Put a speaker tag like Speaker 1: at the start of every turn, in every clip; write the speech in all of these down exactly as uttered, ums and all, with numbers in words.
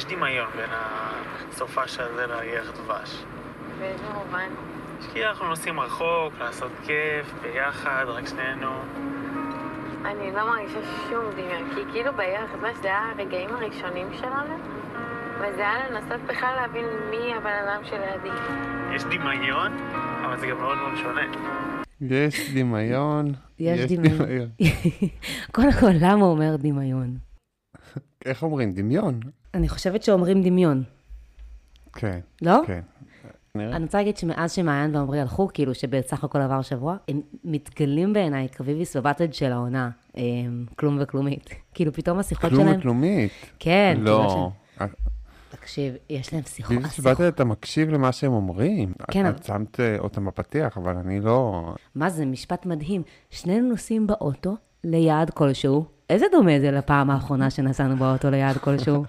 Speaker 1: יש דמיון בין הסופה של זה לירח דבש.
Speaker 2: באיזה מובן?
Speaker 1: כי אנחנו נוסעים רחוק, לעשות כיף, ביחד, רק שנינו.
Speaker 2: אני לא מרגישה שום דמיון, כי כאילו בירח דבש זה היה הרגעים הראשונים שלנו, וזה היה לנסות בכלל להבין מי הבן אדם שלידי.
Speaker 1: יש דמיון, אבל זה גם מאוד מאוד שונה.
Speaker 3: יש דמיון.
Speaker 4: יש דמיון. קודם כל, למה אומר דמיון?
Speaker 3: איך אומרים? דמיון?
Speaker 4: אני חושבת שאומרים דמיון.
Speaker 3: כן.
Speaker 4: לא?
Speaker 3: כן.
Speaker 4: אני רוצה להגיד שמאז שמעיין ועמרי הלכו, כאילו שבסך הכל עבר שבוע, הם מתגלים בעיניי קוויביס ובטד של העונה, כלום וכלומית. כאילו פתאום השיחות שלהם...
Speaker 3: כלום וכלומית?
Speaker 4: כן.
Speaker 3: לא.
Speaker 4: תקשיב, יש להם שיחות.
Speaker 3: שבאת אתה מקשיב למה שהם אומרים.
Speaker 4: כן.
Speaker 3: את שמת אותם בפתיח, אבל אני לא...
Speaker 4: מה זה? משפט מדהים. שנינו נוסעים באוטו ליעד כלשהו. איזה דומה זה לפעם האחרונה שנסענו באוטו ליעד כלשהו?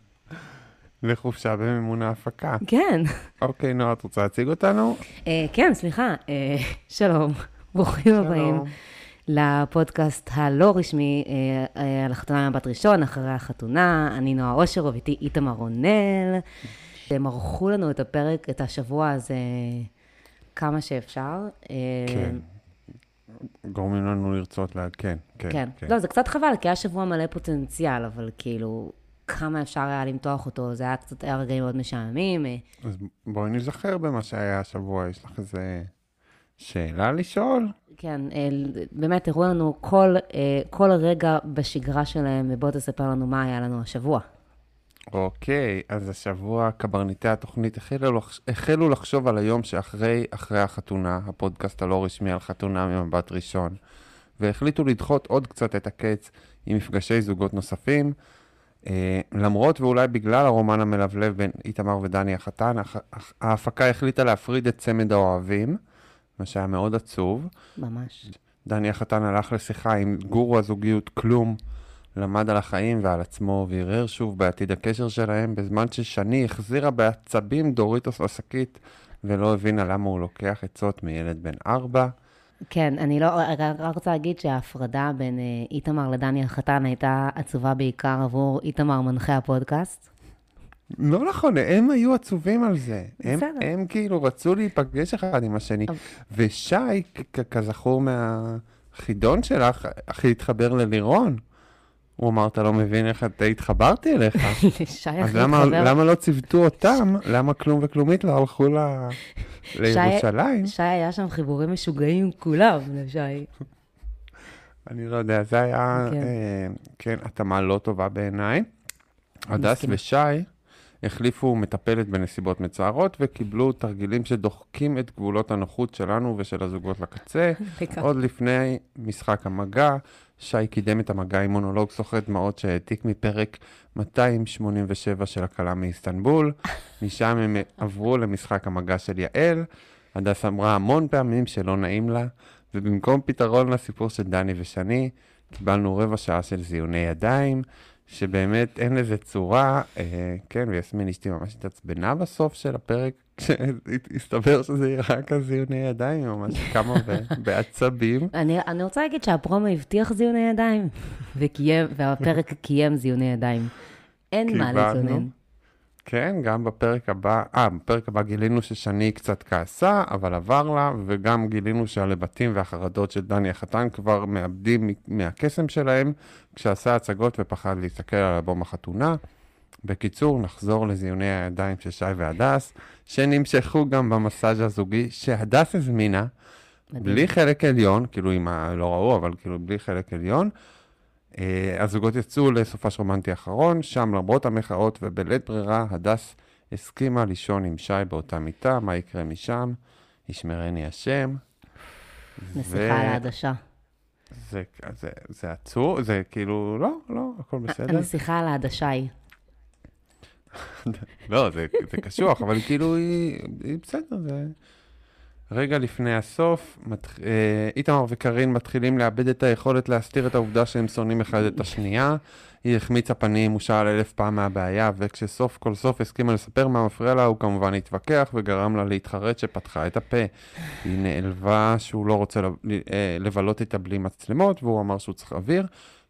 Speaker 3: לחופשה במימון ההפקה.
Speaker 4: כן.
Speaker 3: אוקיי, נועה, את רוצה להציג אותנו?
Speaker 4: כן, סליחה. שלום. ברוכים הבאים לפודקאסט הלא רשמי על החתונה מבת ראשון, אחרי החתונה. אני נועה אושר, ואיתי איתמר רונל. הם ערכו לנו את הפרק, את השבוע הזה, כמה שאפשר.
Speaker 3: כן. גורמים לנו לרצות לה... כן, כן.
Speaker 4: כן. לא, זה קצת חבל, כי היה שבוע מלא פוטנציאל, אבל כאילו... כמה אפשר היה למתוח אותו, זה היה קצת היה רגעים מאוד משעממים.
Speaker 3: אז בואי נזכר במה שהיה השבוע, יש לך איזה שאלה לשאול?
Speaker 4: כן, באמת הראו לנו כל, כל רגע בשגרה שלהם, ובוא תספר לנו מה היה לנו השבוע.
Speaker 3: אוקיי, אז השבוע קברניטי התוכנית החלו, החלו לחשוב על היום שאחרי אחרי החתונה, הפודקאסט הלא רשמי על חתונה ממבט ראשון, והחליטו לדחות עוד קצת את הקץ עם מפגשי זוגות נוספים, Uh, למרות ואולי בגלל הרומן המלבלב בין איתמר ודני החתן, ההפקה החליטה להפריד את צמד האוהבים, מה שהיה מאוד עצוב.
Speaker 4: ממש.
Speaker 3: דני החתן הלך לשיחה עם גורו הזוגיות כלום, למד על החיים ועל עצמו, וערער שוב בעתיד הקשר שלהם, בזמן ששני החזירה בעצבים דוריטוס עסקית, ולא הבינה למה הוא לוקח עצות מילד בן ארבע.
Speaker 4: כן, אני לא, רק רוצה להגיד שההפרדה בין איתמר לדני החתן הייתה עצובה בעיקר עבור איתמר מנחה הפודקאסט.
Speaker 3: לא נכון, הם היו עצובים על זה. הם,
Speaker 4: בסדר.
Speaker 3: הם כאילו רצו להיפגש אחד עם השני. ושי, כזכור מהחידון שלך, הכי התחבר ללירון. הוא אמר, אתה לא מבין איך אתה התחברתי אליך.
Speaker 4: שי
Speaker 3: אז למה, למה לא צוותו אותם? למה כלום וכלומית לא הלכו ל... לירושלים?
Speaker 4: שי היה שם חיבורים משוגעים עם כולם, לשי.
Speaker 3: אני לא יודע, זה היה,
Speaker 4: כן,
Speaker 3: אה, כן התאמה לא טובה בעיניי. הדס ושי החליפו מטפלת בנסיבות מצערות, וקיבלו תרגילים שדוחקים את גבולות הנוחות שלנו ושל הזוגות לקצה. עוד לפני משחק המגע, שי קידם את המגע עם מונולוג סוחר דמעות שהעתיק מפרק מאתיים שמונים ושבע של הקלה מאיסטנבול. משם הם עברו למשחק המגע של יעל. הדס אמרה המון פעמים שלא נעים לה, ובמקום פתרון לסיפור של דני ושני, קיבלנו רבע שעה של זיוני ידיים, שבאמת אין לזה צורה, אה, כן, ויסמין אשתי ממש התעצבנה בסוף של הפרק, כשהסתבר שזה יהיה רק הזיוני ידיים, ממש כמה בעצבים.
Speaker 4: אני, אני רוצה להגיד שהפרומו הבטיח זיוני ידיים, וקיים, והפרק קיים זיוני ידיים. אין מה לצונן.
Speaker 3: כן, גם בפרק הבא, אה, בפרק הבא גילינו ששני קצת כעסה, אבל עבר לה, וגם גילינו שהלבטים והחרדות של דני החתן כבר מאבדים מהקסם שלהם, כשעשה הצגות ופחד להסתכל על אלבום החתונה. בקיצור, נחזור לזיוני הידיים של שי והדס, שנמשכו גם במסאז' הזוגי, שהדס הזמינה, בלי חלק עליון, כאילו אם לא ראו, אבל כאילו בלי חלק עליון, הזוגות יצאו לסופש רומנטי אחרון, שם למרות המחאות ובלית ברירה, הדס הסכימה לישון עם שי באותה מיטה, מה יקרה משם? ישמרני השם.
Speaker 4: נסיכה על העדשה.
Speaker 3: זה, זה, זה עצור, זה כאילו, לא, לא, הכל בסדר.
Speaker 4: הנסיכה על העדשה היא.
Speaker 3: לא, זה, זה קשוח, אבל כאילו היא, היא בסדר, זה... רגע לפני הסוף, מתח... איתמר וקרין מתחילים לאבד את היכולת להסתיר את העובדה שהם שונאים אחד את השנייה. היא החמיצה פנים, הוא שאל אלף פעם מהבעיה, וכשסוף כל סוף הסכימה לספר מה מפריע לה, הוא כמובן התווכח וגרם לה להתחרט שפתחה את הפה. היא נעלבה שהוא לא רוצה לבלות איתה בלי מצלמות, והוא אמר שהוא צריך אוויר.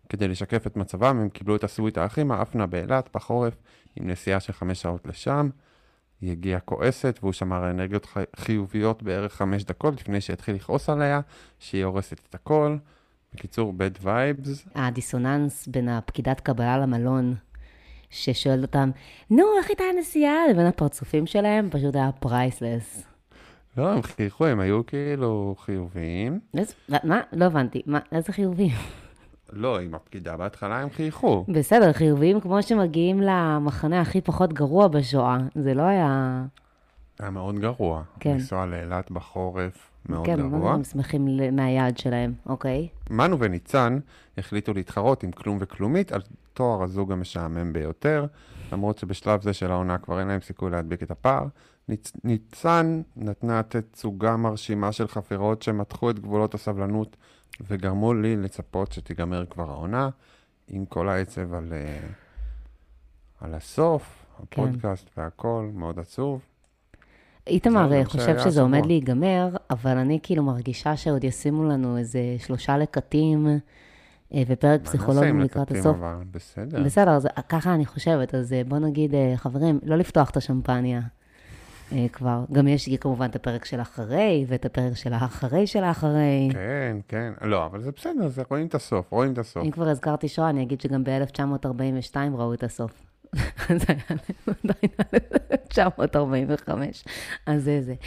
Speaker 3: כדי לשקף את מצבם, הם קיבלו את הסוויט האחים, האפנה באילת, בחורף, עם נסיעה של חמש שעות לשם. היא הגיעה כועסת, והוא שמר אנרגיות חיוביות בערך חמש דקות, לפני שהתחיל לכעוס עליה, שהיא הורסת את הכל. בקיצור, bad vibes.
Speaker 4: הדיסוננס בין הפקידת קבלה למלון, ששואלת אותם, נו, איך הייתה הנסיעה? לבין הפרצופים שלהם, פשוט היה פרייסלס.
Speaker 3: לא, הם חייכו, הם היו כאילו חיוביים.
Speaker 4: מה? לא הבנתי. מה? איזה חיוביים?
Speaker 3: לא, עם הפקידה בהתחלה הם חייכו.
Speaker 4: בסדר, חיוביים כמו שמגיעים למחנה הכי פחות גרוע בשואה. זה לא היה...
Speaker 3: היה מאוד גרוע.
Speaker 4: כן.
Speaker 3: לנסוע לאילת בחורף, מאוד
Speaker 4: כן,
Speaker 3: גרוע.
Speaker 4: כן, הם שמחים מהיעד שלהם, אוקיי.
Speaker 3: מנו וניצן החליטו להתחרות עם כלום וכלומית על תואר הזוג המשעמם ביותר, למרות שבשלב זה של העונה כבר אין להם סיכוי להדביק את הפער. ניצ... ניצן נתנה תצוגה מרשימה של חפירות שמתחו את גבולות הסבלנות, וגרמו לי לצפות שתיגמר כבר העונה, עם כל העצב על, על הסוף, הפודקאסט כן. והכל, מאוד עצוב.
Speaker 4: איתמר חושב שזה עומד להיגמר, אבל אני כאילו מרגישה שעוד ישימו לנו איזה שלושה לקטים, ופרק פסיכולוגים לקראת הסוף.
Speaker 3: אבל בסדר.
Speaker 4: בסדר, אז ככה אני חושבת, אז בוא נגיד, חברים, לא לפתוח את השמפניה כבר. גם יש כמובן את הפרק של אחרי, ואת הפרק של האחרי של האחרי.
Speaker 3: כן, כן. לא, אבל זה בסדר, זה רואים את הסוף, רואים את הסוף.
Speaker 4: אם כבר הזכרתי שואה, אני אגיד שגם ב-אלף תשע מאות ארבעים ושתיים ראו את הסוף. זה היה עדיין על אלף תשע מאות ארבעים וחמש. אז זה זה.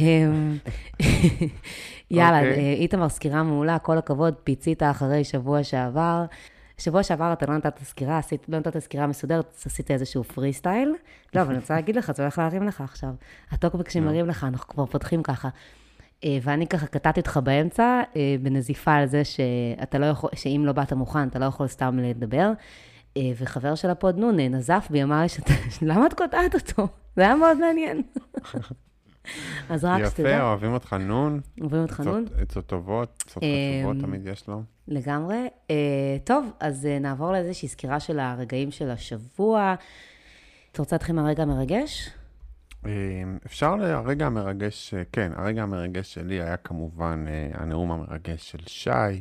Speaker 4: יאללה, איתמר, סקירה מעולה, כל הכבוד, פיצית אחרי שבוע שעבר. שבוע שעבר אתה לא נתת סקירה, לא נתת סקירה מסודרת, עשית איזשהו פרי סטייל. לא, אבל אני רוצה להגיד לך, זה הולך להרים לך עכשיו. הטוקבק שמרים לך, אנחנו כבר פותחים ככה. ואני ככה קטעתי אותך באמצע, בנזיפה על זה שאתה לא יכול, שאם לא באת מוכן, אתה לא יכול סתם לדבר. וחבר של הפוד נון נזף בי, אמר לי, למה את קוטעת אותו? זה היה מאוד מעניין. אז רק שתדע.
Speaker 3: יפה, אוהבים אותך נון.
Speaker 4: אוהבים אותך נון.
Speaker 3: עצות טובות, עצות חשובות תמיד יש לו.
Speaker 4: לגמרי. טוב, אז נעבור לאיזושהי סקירה של הרגעים של השבוע. אתה רוצה להתחיל מהרגע המרגש?
Speaker 3: אפשר לרגע המרגש, כן, הרגע המרגש שלי היה כמובן הנאום המרגש של שי.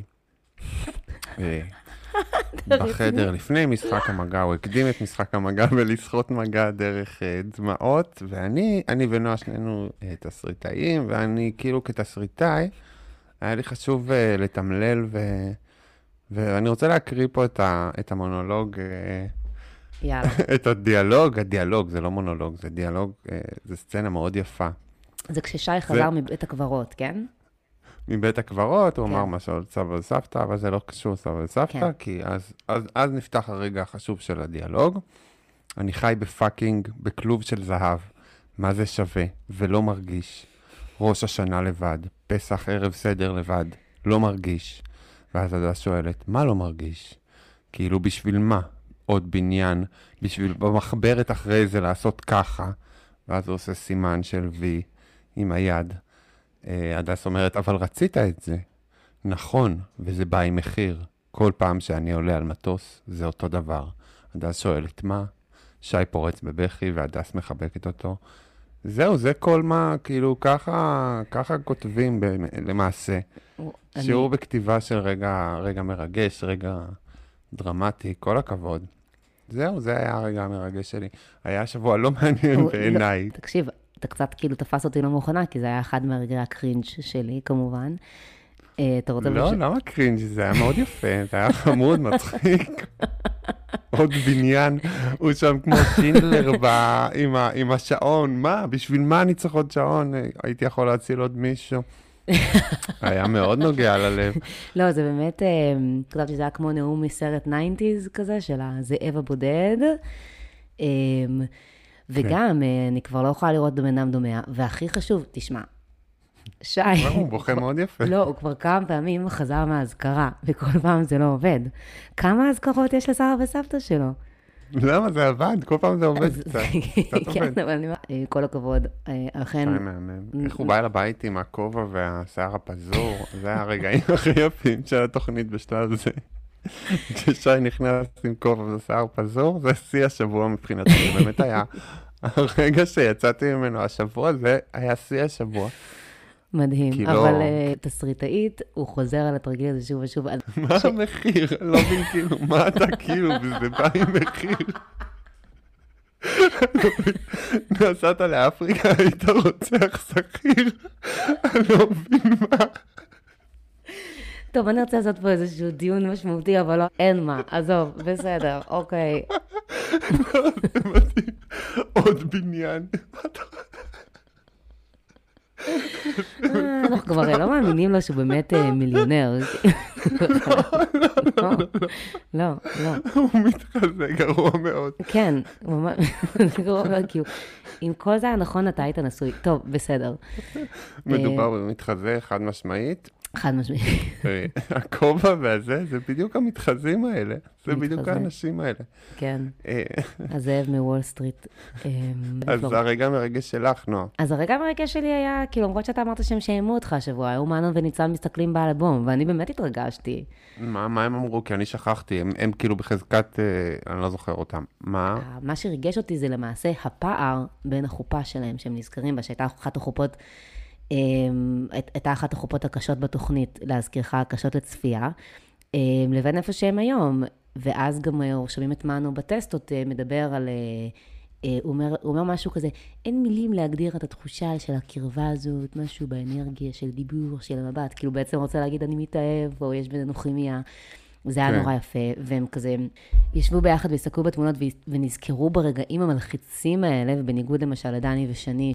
Speaker 3: בחדר לפני משחק המגע, הוא הקדים את משחק המגע ולשחות מגע דרך דמעות, ואני, אני ונועה שנינו תסריטאים, ואני כאילו כתסריטאי, היה לי חשוב לתמלל, ו... ואני רוצה להקריא פה את, ה... את המונולוג,
Speaker 4: יאללה.
Speaker 3: את הדיאלוג, הדיאלוג, זה לא מונולוג, זה דיאלוג, זה סצנה מאוד יפה.
Speaker 4: זה כששי חזר זה... מבית הקברות, כן?
Speaker 3: מבית הקברות, הוא אמר משהו על סבא וסבתא, אבל זה לא קשור סבא וסבתא, כי אז, אז, אז נפתח הרגע החשוב של הדיאלוג. אני חי בפאקינג, בכלוב של זהב. מה זה שווה? ולא מרגיש. ראש השנה לבד, פסח ערב סדר לבד, לא מרגיש. ואז עדה שואלת, מה לא מרגיש? כאילו בשביל מה? עוד בניין, בשביל במחברת אחרי זה לעשות ככה. ואז הוא עושה סימן של וי עם היד. הדס אומרת, אבל רצית את זה. נכון, וזה בא עם מחיר. כל פעם שאני עולה על מטוס, זה אותו דבר. הדס שואלת מה? שי פורץ בבכי, והדס מחבקת אותו. זהו, זה כל מה, כאילו, ככה, ככה כותבים ב- למעשה. אני... שיעור בכתיבה של רגע, רגע מרגש, רגע דרמטי, כל הכבוד. זהו, זה היה הרגע המרגש שלי. היה שבוע לא מעניין הוא, בעיניי.
Speaker 4: לא, תקשיב, אתה קצת כאילו תפס אותי לא מוכנה, כי זה היה אחד מהרגעי הקרינג' שלי, כמובן. אתה רוצה...
Speaker 3: לא, למה בש... קרינג'? זה היה מאוד יפה, זה היה חמוד, מצחיק. עוד בניין, הוא שם כמו שינדלר בא, עם, ה, עם השעון. מה? בשביל מה אני צריך עוד שעון? הייתי יכול להציל עוד מישהו. היה מאוד נוגע ללב.
Speaker 4: לא, זה באמת, כתבתי שזה היה כמו נאום מסרט תשעים כזה, של הזאב הבודד. וגם, אני כבר לא יכולה לראות בן אדם דומה, והכי חשוב, תשמע, שי...
Speaker 3: הוא בוכה מאוד יפה.
Speaker 4: לא, הוא כבר כמה פעמים חזר מההזכרה, וכל פעם זה לא עובד. כמה הזכרות יש לסבא וסבתא שלו?
Speaker 3: למה? זה עבד, כל פעם זה עובד קצת.
Speaker 4: כן, אבל אני אומר, כל הכבוד, אכן...
Speaker 3: איך הוא בא אל הבית עם הכובע והשיער הפזור, זה הרגעים הכי יפים של התוכנית בשלב הזה. כששי נכנס עם כובע ושיער פזור, זה שיא השבוע מבחינתי, זה באמת היה הרגע שיצאתי ממנו, השבוע זה היה שיא השבוע.
Speaker 4: מדהים.
Speaker 3: כי לא-
Speaker 4: אבל אה, תסריטאית, הוא חוזר על התרגיל הזה שוב ושוב. על-
Speaker 3: מה המחיר? לא מבין כאילו, מה אתה כאילו, וזה בא עם מחיר. נסעת לאפריקה, היית רוצח שכיר, אני לא מבין מה.
Speaker 4: טוב, אני רוצה לעשות פה איזשהו דיון משמעותי, אבל לא, אין מה. עזוב, בסדר, אוקיי.
Speaker 3: זה מדהים. עוד בניין.
Speaker 4: אה, אנחנו כבר לא מאמינים לו שהוא באמת אה, מיליונר. לא, לא, לא.
Speaker 3: הוא מתחזה גרוע מאוד.
Speaker 4: כן, ממש, גרוע מאוד, כי הוא- אם כל זה היה נכון, אתה היית נשוי. טוב, בסדר.
Speaker 3: מדובר במתחזה חד משמעית.
Speaker 4: חד משמעית.
Speaker 3: אה, הכובע והזה, זה בדיוק המתחזים האלה. זה בדיוק
Speaker 4: מתחזה.
Speaker 3: האנשים האלה.
Speaker 4: כן,
Speaker 3: אה,
Speaker 4: הזאב מוול סטריט. אה,
Speaker 3: אז
Speaker 4: בפלורידה.
Speaker 3: הרגע מרגש שלך, נועה.
Speaker 4: אז הרגע המרגש שלי היה, כאילו, למרות שאתה אמרת שהם שיימו אותך השבוע, היו מאנון וניצן מסתכלים באלבום, ואני באמת התרגשתי.
Speaker 3: מה מה הם אמרו? כי אני שכחתי. הם הם כאילו בחזקת, אה, אני לא זוכר אותם. מה?
Speaker 4: מה שריגש אותי זה למעשה הפער בין החופה שלהם, שהם נזכרים בה, שהייתה אחת החופות, אמ, הי- הייתה אחת החופות הקשות בתוכנית, להזכירך, הקשות לצפייה, אמ, לבין איפה שהם היום. ואז גם אה, שומעים את מאנו בטסטות, אה, מדבר על... אה, אה, הוא אומר, הוא אומר משהו כזה, אין מילים להגדיר את התחושה של הקרבה הזאת, משהו באנרגיה של דיבור, של המבט, כאילו בעצם רוצה להגיד אני מתאהב, או יש בינינו כימיה. זה היה
Speaker 3: כן.
Speaker 4: נורא יפה, והם כזה ישבו ביחד והסתכלו בתמונות ונזכרו ברגעים המלחיצים האלה, ובניגוד למשל לדני ושני.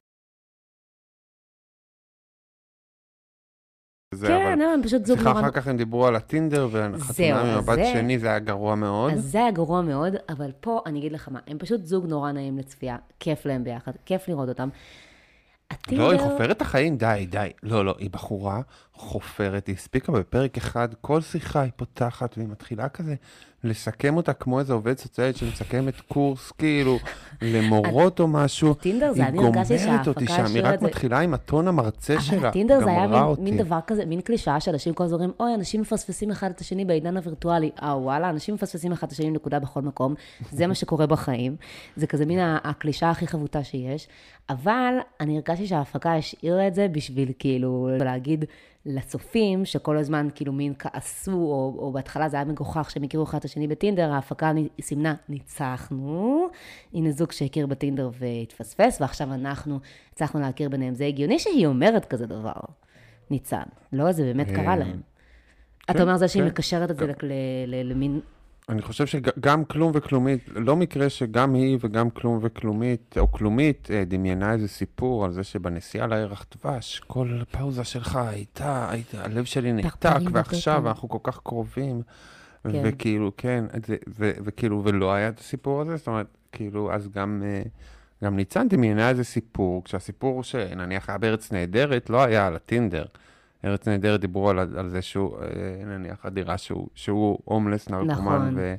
Speaker 3: זה,
Speaker 4: כן,
Speaker 3: אבל-
Speaker 4: לא, הם פשוט זוג
Speaker 3: סליחה,
Speaker 4: נורא...
Speaker 3: אחר כך הם דיברו על הטינדר,
Speaker 4: זהו,
Speaker 3: והחתונה
Speaker 4: אז
Speaker 3: ממבט
Speaker 4: זה-
Speaker 3: שני זה היה גרוע מאוד.
Speaker 4: אז זה היה גרוע מאוד, אבל פה אני אגיד לך מה, הם פשוט זוג נורא נעים לצפייה, כיף להם ביחד, כיף לראות אותם. הטינדר...
Speaker 3: לא, היא חופרת את החיים, די, די. לא, לא, היא בחורה חופרת, היא הספיקה בפרק אחד, כל שיחה היא פותחת, והיא מתחילה כזה לסכם אותה כמו איזה עובד סוציאלית שמסכמת קורס, כאילו, למורות או משהו.
Speaker 4: הטינדר זה,
Speaker 3: היא
Speaker 4: אני הרגשתי
Speaker 3: גומרת אותי
Speaker 4: שההפקה
Speaker 3: שם, היא
Speaker 4: השאירה
Speaker 3: רק
Speaker 4: את זה-
Speaker 3: מתחילה עם הטון המרצה שלה,
Speaker 4: אבל הטינדר זה היה
Speaker 3: גמרה
Speaker 4: מין,
Speaker 3: אותי.
Speaker 4: מין דבר כזה, מין קלישאה שאנשים כל הזמן אומרים, אוי, אנשים מפספסים אחד את השני בעידן הווירטואלי. אה, וואלה, אנשים מפספסים אחד את השני נקודה בכל מקום. זה מה שקורה בחיים. זה כזה מין ה- הקלישאה הכי חבוטה שיש. אבל אני הרגשתי שההפקה השאירה את זה בשביל כאילו להגיד לצופים, שכל הזמן כאילו מין כעסו, או, או בהתחלה זה היה מגוחך שהם הכירו אחד את השני בטינדר, ההפקה סימנה, ניצחנו, הנה זוג שהכיר בטינדר והתפספס, ועכשיו אנחנו הצלחנו להכיר ביניהם. זה הגיוני שהיא אומרת כזה דבר, ניצן. לא, זה באמת קרה להם. אתה אומר זה שהיא
Speaker 3: כן.
Speaker 4: מקשרת את זה ל- ל- למין...
Speaker 3: אני חושב שגם כלום וכלומית, לא מקרה שגם היא וגם כלום וכלומית, או כלומית, אה, דמיינה איזה סיפור על זה שבנסיעה לירח דבש, כל פאוזה שלך הייתה, הייתה, הלב שלי נעתק,
Speaker 4: פרפרים
Speaker 3: ועכשיו
Speaker 4: בבטן.
Speaker 3: אנחנו כל כך קרובים,
Speaker 4: כן.
Speaker 3: וכאילו, כן, זה, ו, וכאילו, ולא היה את הסיפור הזה, זאת אומרת, כאילו, אז גם, אה, גם ניצן דמיינה איזה סיפור, כשהסיפור שנניח היה בארץ נהדרת, לא היה על הטינדר. ארץ נהדרת דיברו על, על זה שהוא, אה, נניח, הדירה שהוא, שהוא הומלס, נרקומן,
Speaker 4: נכון.
Speaker 3: ו,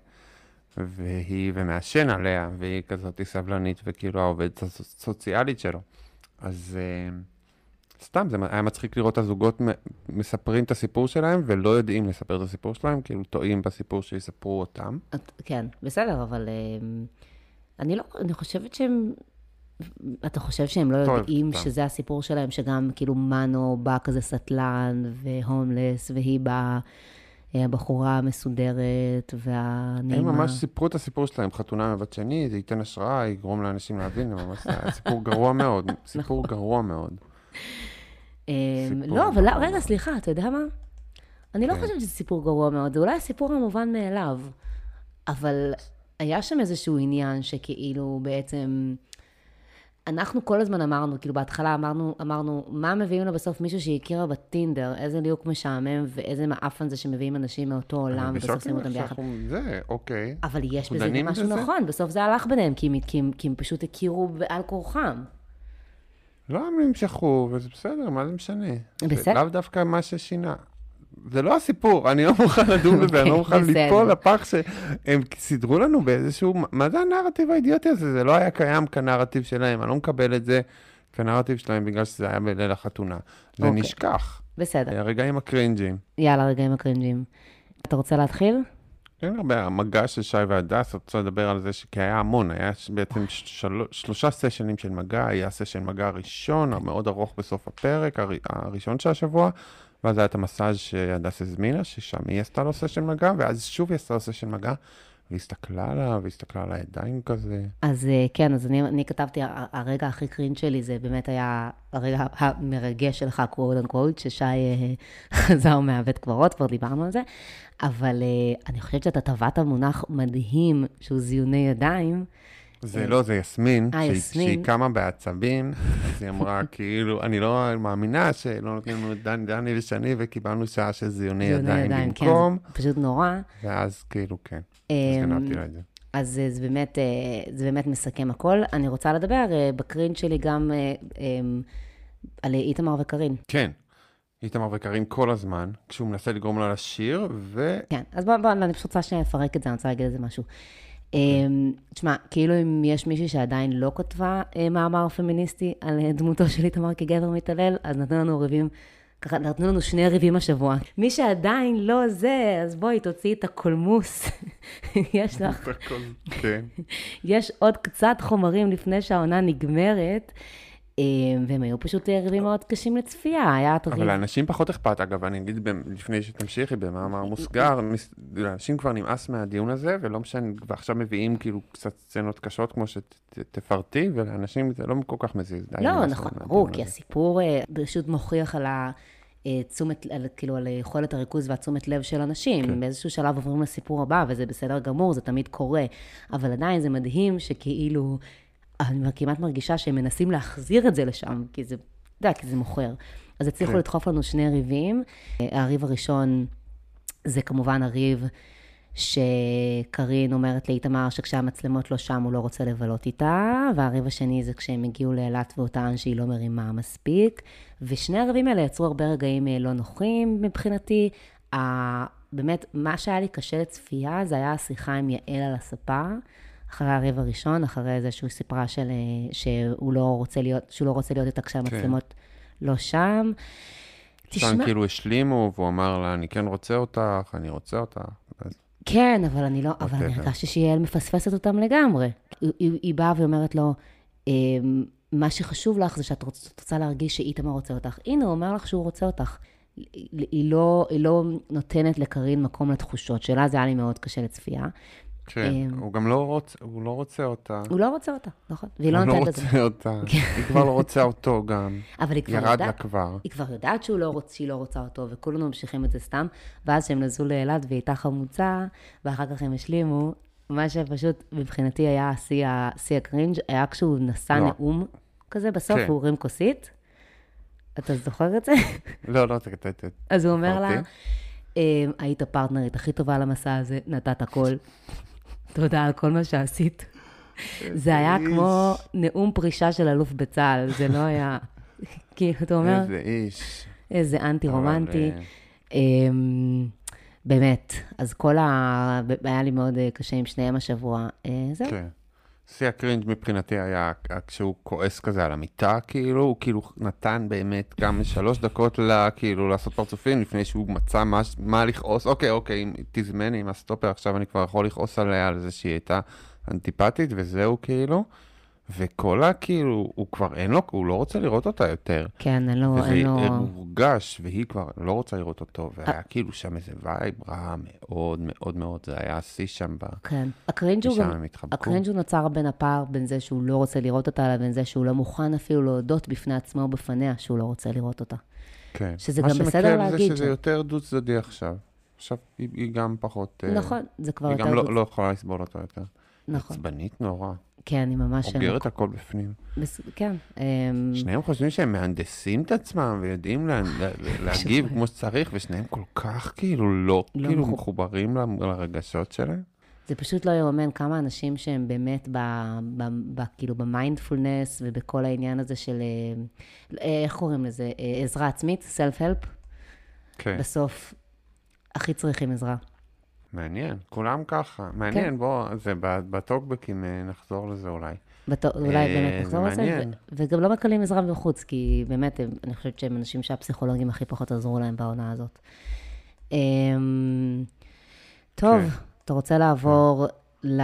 Speaker 3: והיא, ומעשן עליה, והיא כזאת סבלנית, וכאילו העובדת הסוציאלית שלו. אז אה, סתם, זה היה מצחיק לראות הזוגות מ- מספרים את הסיפור שלהם, ולא יודעים לספר את הסיפור שלהם, כאילו טועים בסיפור שיספרו אותם.
Speaker 4: את- כן, בסדר, אבל אמ, אני לא, אני חושבת שהם, אתה חושב שהם לא
Speaker 3: טוב,
Speaker 4: יודעים
Speaker 3: סתם.
Speaker 4: שזה הסיפור שלהם, שגם כאילו מנו בא כזה סטלן והומלס, והיא באה אה, הבחורה המסודרת והנעימה.
Speaker 3: הם ממש סיפרו את הסיפור שלהם, חתונה מבת שני, זה ייתן השראה, יגרום לאנשים להבין, זה ממש היה סיפור גרוע מאוד, סיפור גרוע מאוד.
Speaker 4: אמ,
Speaker 3: סיפור
Speaker 4: לא, אבל לא,
Speaker 3: גרוע.
Speaker 4: רגע, סליחה, אתה יודע מה? אני לא
Speaker 3: כן.
Speaker 4: חושבת שזה סיפור גרוע מאוד, זה אולי הסיפור המובן מאליו, אבל היה שם איזשהו עניין שכאילו בעצם, אנחנו כל הזמן אמרנו, כאילו בהתחלה אמרנו, אמרנו, מה מביאים לה בסוף מישהו שהכירה בטינדר, איזה ליהוק משעמם ואיזה מעפן זה שמביאים אנשים מאותו עולם
Speaker 3: אני
Speaker 4: ובסוף
Speaker 3: בשוק
Speaker 4: שמים אותם
Speaker 3: ממך
Speaker 4: ביחד.
Speaker 3: שאנחנו- זה, אוקיי.
Speaker 4: אבל יש
Speaker 3: אנחנו
Speaker 4: בזה גם
Speaker 3: דנים
Speaker 4: משהו
Speaker 3: בזה?
Speaker 4: נכון, בסוף זה הלך ביניהם, כי הם, כי הם, כי הם פשוט הכירו בעל כורחם.
Speaker 3: לא, הם נמשכו, וזה בסדר, מה זה משנה?
Speaker 4: בסדר.
Speaker 3: זה לאו דווקא מה ששינה. זה לא הסיפור, אני לא מוכן לדון בזה, אני לא מוכן
Speaker 4: בסדר.
Speaker 3: ליפול לפח שהם סידרו לנו באיזשהו, מה זה הנרטיב האידיוטי הזה? זה לא היה קיים כנרטיב שלהם, אני לא מקבל את זה כנרטיב שלהם בגלל שזה היה בליל החתונה. זה
Speaker 4: אוקיי.
Speaker 3: נשכח.
Speaker 4: בסדר,
Speaker 3: הרגעים הקרינג'ים.
Speaker 4: יאללה, רגעים הקרינג'ים. אתה רוצה להתחיל?
Speaker 3: אין הרבה, המגע של שי והדס, רוצה לדבר על זה כי היה המון, היה בעצם של... שלושה סשנים של מגע, היה סשן מגע ראשון, המאוד ארוך בסוף הפרק, הר... הראשון של השבוע, ואז היה את המסאז' שהדס הזמינה, ששם היא עשתה לו סשן מגע, ואז שוב היא עשתה לו סשן מגע, והסתכלה עליו, והסתכלה על הידיים כזה.
Speaker 4: אז כן, אז אני, אני כתבתי, הרגע הכי קרין שלי, זה באמת היה הרגע המרגש שלך, קוואט אנקוואט, ששי חזר מהבית קברות, כבר דיברנו על זה, אבל אני חושבת שאתה טבעת מונח מדהים, שהוא זיוני ידיים.
Speaker 3: זה לא, זה יסמין, שהיא קמה בעצבים, אז היא אמרה, כאילו, אני לא מאמינה שלא נותנים לנו דני, דני ושני, וקיבלנו שעה של זיוני ידיים במקום.
Speaker 4: כן, פשוט נורא.
Speaker 3: ואז כאילו, כן, אז גנבתי לה את זה.
Speaker 4: אז זה באמת, זה באמת מסכם הכל. אני רוצה לדבר בקרין שלי גם על איתמר וקרין.
Speaker 3: כן, איתמר וקרין כל הזמן, כשהוא מנסה לגרום לה לשיר, ו...
Speaker 4: כן, אז בוא, בוא, אני פשוט רוצה שנייה לפרק את זה, אני רוצה להגיד איזה משהו. תשמע, כאילו אם יש מישהי שעדיין לא כתבה מאמר פמיניסטי על דמותו של איתמר כגבר מתעלל, אז נתנו לנו ריבים, ככה נתנו לנו שני ריבים השבוע. מי שעדיין לא זה, אז בואי תוציאי את הקולמוס. יש לך...
Speaker 3: כן.
Speaker 4: יש עוד קצת חומרים לפני שהעונה נגמרת, והם היו פשוט ריבים מאוד קשים לצפייה, היה תריב.
Speaker 3: אבל לאנשים פחות אכפת, אגב, אני אגיד לפני שתמשיכי במאמר מוסגר, לאנשים כבר נמאס מהדיון הזה, ולא משנה, ועכשיו מביאים כאילו קצת סצנות קשות כמו שתפרטי, ולאנשים זה לא כל כך מזיז.
Speaker 4: לא, נכון, ברור, כי הסיפור פשוט מוכיח על התשומת, כאילו על יכולת הריכוז והתשומת לב של אנשים, באיזשהו שלב עוברים לסיפור הבא, וזה בסדר גמור, זה תמיד קורה, אבל עדיין זה מדהים שכאילו... אני כמעט מרגישה שהם מנסים להחזיר את זה לשם, כי זה, אתה יודע, כי זה מוכר. אז הצליחו לדחוף לנו שני ריבים. הריב הראשון זה כמובן הריב שקרין אומרת לאיתמר שכשהמצלמות לא שם הוא לא רוצה לבלות איתה, והריב השני זה כשהם הגיעו לאילת ואותן שהיא לא מרימה מספיק, ושני הריבים האלה יצרו הרבה רגעים לא נוחים מבחינתי. באמת, מה שהיה לי קשה לצפייה זה היה השיחה עם יעל על הספה, אחרי הריב הראשון, אחרי זה שהוא סיפרה של, שהוא לא רוצה להיות, שהוא לא רוצה להיות איתה כשהמצלמות כן. לא שם.
Speaker 3: שם כאילו השלימו, והוא אמר לה, אני כן רוצה אותך, אני רוצה אותך. אז...
Speaker 4: כן, אבל אני לא, אבל אני הרגשתי שיעל מפספסת אותם לגמרי. היא, היא, היא באה ואומרת לו, מה שחשוב לך זה שאת רוצה, רוצה להרגיש שאיתמר רוצה אותך. הנה, הוא אומר לך שהוא רוצה אותך. היא לא, היא לא נותנת לקרין מקום לתחושות שלה, זה היה לי מאוד קשה לצפייה.
Speaker 3: כן, הוא גם לא רוצה, הוא לא רוצה אותה.
Speaker 4: הוא לא רוצה אותה, נכון.
Speaker 3: הוא לא רוצה אותה. היא כבר לא רוצה אותו גם.
Speaker 4: אבל היא כבר
Speaker 3: יודעת, ירד לה כבר.
Speaker 4: היא כבר יודעת שהוא לא רוצה, שהיא לא רוצה אותו, וכולנו ממשיכים את זה סתם, ואז שהם נזו לאילת והיא הייתה חמוצה, ואחר כך הם השלימו, מה שפשוט מבחינתי היה שיא הקרינג', היה כשהוא נשא נאום כזה, בסוף הוא הרים כוסית. אתה זוכר את זה?
Speaker 3: לא, לא, תקטטת.
Speaker 4: אז הוא אומר לה, היית הפרטנרית הכי טובה למסע הזה, נתת הכל. תודה על כל מה שעשית. זה היה כמו נאום פרישה של אלוף בצהל, זה לא היה... כי אתה אומר...
Speaker 3: איזה איש.
Speaker 4: איזה אנטי-רומנטי. באמת, אז כל ה... היה לי מאוד קשה עם שניהם השבוע. זהו. כן.
Speaker 3: שיא הקרינג' מבחינתי היה כשהוא כועס כזה על המיטה, כאילו, הוא כאילו נתן באמת גם שלוש דקות לה, כאילו, לעשות פרצופים, לפני שהוא מצא מה, מה לכעוס. אוקיי, אוקיי, תזמני עם הסטופר, עכשיו אני כבר יכול לכעוס עליה על זה שהיא הייתה אנטיפטית, וזהו כאילו. וכל ה, כאילו, הוא כבר אין לו, הוא לא רוצה לראות אותה יותר.
Speaker 4: כן, אין לו, אין לו...
Speaker 3: וזה מורגש, והיא כבר לא רוצה לראות אותו, והיה כאילו שם איזה וייב רע מאוד מאוד מאוד, זה היה השיא שם ב...
Speaker 4: כן. הקרינג'ו נוצר בין הפער, בין זה שהוא לא רוצה לראות אותה, לבין זה שהוא לא מוכן אפילו להודות בפני עצמו ובפניה, שהוא לא רוצה לראות אותה. כן. שזה גם בסדר להגיד.
Speaker 3: מה שמקל זה שזה יותר דו צדדי עכשיו. עכשיו היא גם פחות...
Speaker 4: נכון, זה כבר יותר...
Speaker 3: היא גם לא יכולה לסבול אותו יותר. נכון. עצבנית נורא.
Speaker 4: כן, אני ממש...
Speaker 3: אוגרת הכל בפנים.
Speaker 4: כן.
Speaker 3: שניהם חושבים שהם מהנדסים את עצמם, ויודעים להגיב כמו שצריך, ושניהם כל כך כאילו לא מחוברים לרגשות שלהם.
Speaker 4: זה פשוט לא יאמן כמה אנשים שהם באמת כאילו במיינדפולנס, ובכל העניין הזה של, איך קוראים לזה? עזרה עצמית, סלף-הלפ. כן. בסוף, הכי צריכים עזרה.
Speaker 3: מעניין, כולם ככה. מעניין, כן. בוא, זה בטוקבקים נחזור לזה אולי.
Speaker 4: בט... אולי באמת נחזור לזה, ו... וגם לא מקלים עזרה מבחוץ, כי באמת, אני חושבת שהם אנשים שהפסיכולוגים הכי פחות עזרו להם בעונה הזאת. טוב, אתה רוצה לעבור ל...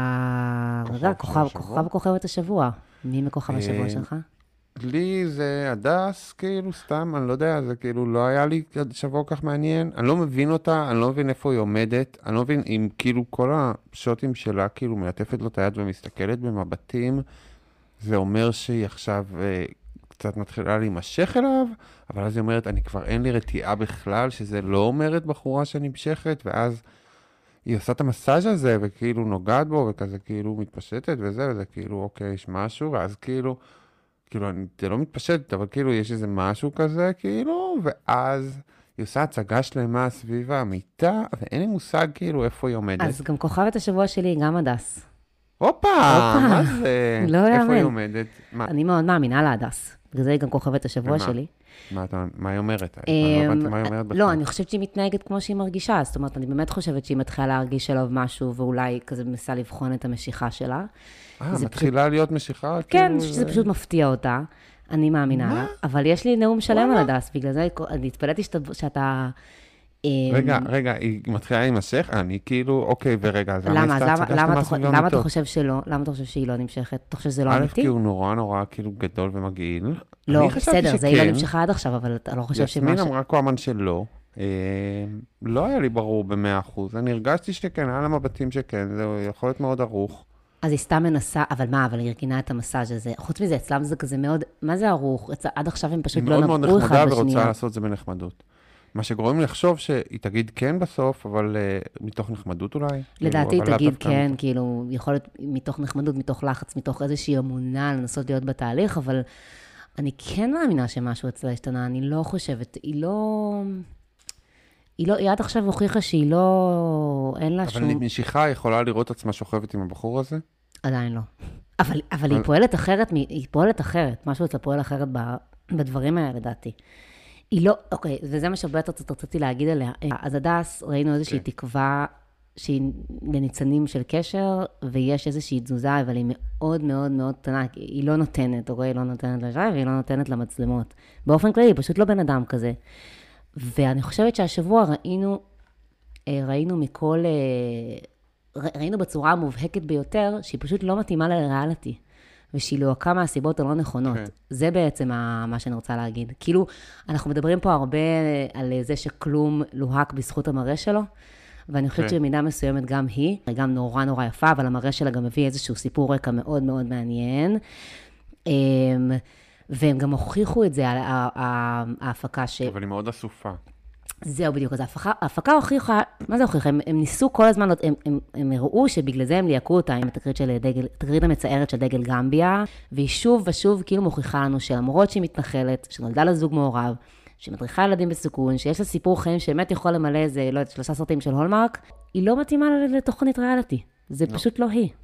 Speaker 4: רגע, כוכב,
Speaker 3: השבוע.
Speaker 4: כוכב כוכבת השבוע. מי מכוכב השבוע שלך?
Speaker 3: לי זה הדס, כאילו, סתם, אני לא יודע, זה כאילו לא היה לי שבוע כך מעניין. אני לא מבין אותה, אני לא מבין איפה היא עומדת, אני לא מבין אם כאילו כל השוטים שלה כאילו מלטפת לו את היד ומסתכלת במבטים, זה אומר שהיא עכשיו אה, קצת מתחילה להימשך אליו, אבל אז היא אומרת, אני כבר אין לי רתיעה בכלל, שזה לא אומרת בחורה שנמשכת, ואז היא עושה את המסאז' הזה, וכאילו נוגעת בו, וכזה כאילו מתפשטת וזה, וזה כאילו, אוקיי, יש משהו, ואז כאילו, כאילו, אני, זה לא מתפשט, אבל כאילו יש איזה משהו כזה, כאילו, ואז היא עושה הצגה שלמה סביב המיטה, ואין לי מושג כאילו איפה היא עומדת.
Speaker 4: אז גם כוכבת השבוע שלי, גם הדס.
Speaker 3: הופה, מה זה?
Speaker 4: לא
Speaker 3: איפה
Speaker 4: יאמן.
Speaker 3: היא עומדת? מה,
Speaker 4: אני מאוד מאמינה להדס. בגלל זה היא גם כוכבת השבוע
Speaker 3: ומה?
Speaker 4: שלי.
Speaker 3: מה, אתה, מה היא אומרת? אני לא הבנתי מה היא אומרת בכלל.
Speaker 4: לא, אני חושבת שהיא מתנהגת כמו שהיא מרגישה. זאת אומרת, אני באמת חושבת שהיא מתחילה להרגיש עליו משהו, ואולי כזה מנסה לבחון את המשיכה שלה.
Speaker 3: אה,
Speaker 4: זה
Speaker 3: מתחילה להיות משיכה?
Speaker 4: כן,
Speaker 3: כאילו,
Speaker 4: שזה פשוט מפתיע אותה. אני מאמינה לה. אבל יש לי נאום שלם על הדס, בגלל זה אני התפלאתי שאתה- שאתה... אה,
Speaker 3: רגע, רגע, היא מתחילה להימשך? אני כאילו, אוקיי, ורגע, אז
Speaker 4: למה? אז
Speaker 3: היא עשתה
Speaker 4: למה-
Speaker 3: הצגה
Speaker 4: למה
Speaker 3: שלמה
Speaker 4: אתה חו-
Speaker 3: סביב
Speaker 4: למה אתה
Speaker 3: המיטות?
Speaker 4: חושב שלא? למה אתה חושב שהיא לא נמשכת? אתה חושב שזה לא
Speaker 3: א',
Speaker 4: אמיתי?
Speaker 3: כי הוא נורא נורא כאילו גדול ומגעיל.
Speaker 4: לא,
Speaker 3: אני חשבתי
Speaker 4: בסדר, זה היא לא
Speaker 3: שכן.
Speaker 4: נמשכה עד עכשיו, אבל אתה לא חושב שמה
Speaker 3: יסמין
Speaker 4: ש...
Speaker 3: אמרה כל הזמן שלא. אה, לא היה לי ברור במאה אחוז. אני הרגשתי שכן, היה לה מבטים שכן, זה יכול להיות מאוד ערוך.
Speaker 4: אז היא סתם מנסה, אבל מה, אבל היא ארגנה את המסאז' הזה. חוץ מזה, אצלם זה כזה מאוד, מה זה ערוך? אצ- עד עכשיו הם פשוט
Speaker 3: היא
Speaker 4: לא
Speaker 3: מאוד מאוד
Speaker 4: נגעו
Speaker 3: נחמדה
Speaker 4: אחד
Speaker 3: ורוצה
Speaker 4: בשנייה.
Speaker 3: לעשות את זה בנחמדות. מה שגורם לי לחשוב שהיא תגיד כן בסוף, אבל uh, מתוך נחמדות אולי.
Speaker 4: לדעתי
Speaker 3: כאילו, אבל לאו
Speaker 4: תגיד
Speaker 3: דווקא
Speaker 4: כן,
Speaker 3: מתוך-
Speaker 4: כאילו, יכול להיות מתוך נחמדות, מתוך לחץ, מתוך איזושהי אמונה לנסות להיות בתהליך, אבל אני כן מאמינה שמשהו אצלה השתנה, אני לא חושבת, היא לא... היא לא, היא עד עכשיו הוכיחה שהיא לא... אין לה
Speaker 3: אבל
Speaker 4: שום...
Speaker 3: משיכה יכולה לראות עצמה שוכבת עם הבחור הזה?
Speaker 4: עדיין לא. אבל, אבל היא
Speaker 3: אבל-
Speaker 4: פועלת אחרת, מ- היא פועלת אחרת, משהו אצלה פועל אחרת ב- בדברים האלה, לדעתי. היא לא, אוקיי, וזה מה שהרבה יותר רציתי להגיד עליה. אז הדס, ראינו איזושהי
Speaker 3: אוקיי.
Speaker 4: תקווה שהיא לניצנים של קשר, ויש איזושהי תזוזה, אבל היא מאוד מאוד מאוד קטנה, כי היא לא נותנת, אוקיי? היא לא נותנת לשי, והיא לא נותנת למצלמות. באופן כללי, היא פשוט לא בן אדם כזה. ואני חושבת שהשבוע ראינו, אה, ראינו מכל, אה, ר- ראינו בצורה המובהקת ביותר, שהיא פשוט לא מתאימה לריאליטי, ושהיא לוהקה מהסיבות הלא נכונות.
Speaker 3: כן.
Speaker 4: זה בעצם מה מה שאני רוצה להגיד. כאילו, אנחנו מדברים פה הרבה על זה שכלום לוהק בזכות המראה שלו, ואני חושבת
Speaker 3: כן.
Speaker 4: שבמידה מסוימת גם היא, היא גם נורא נורא יפה, אבל המראה שלה גם מביא איזשהו סיפור רקע מאוד מאוד מעניין. אמ, והם גם הוכיחו את זה, ה- ה- ה- ההפקה ש...
Speaker 3: אבל היא מאוד אסופה.
Speaker 4: זהו בדיוק, אז ההפקה, ההפקה הוכיחה, מה זה הוכיחה? הם, הם ניסו כל הזמן, הם, הם, הם הראו שבגלל זה הם ליהקו אותה עם התקרית של דגל, התקרית המצערת של דגל גמביה, והיא שוב ושוב כאילו מוכיחה לנו שלמרות שהיא מתנחלת, שנולדה לזוג מעורב, שמדריכה ילדים בסיכון, שיש לה סיפור חיים שבאמת יכול למלא איזה, לא יודעת, שלושה סרטים של הולמרק, היא לא מתאימה לתוכנית ריאליטי. זה
Speaker 3: לא.
Speaker 4: פשוט לא היא.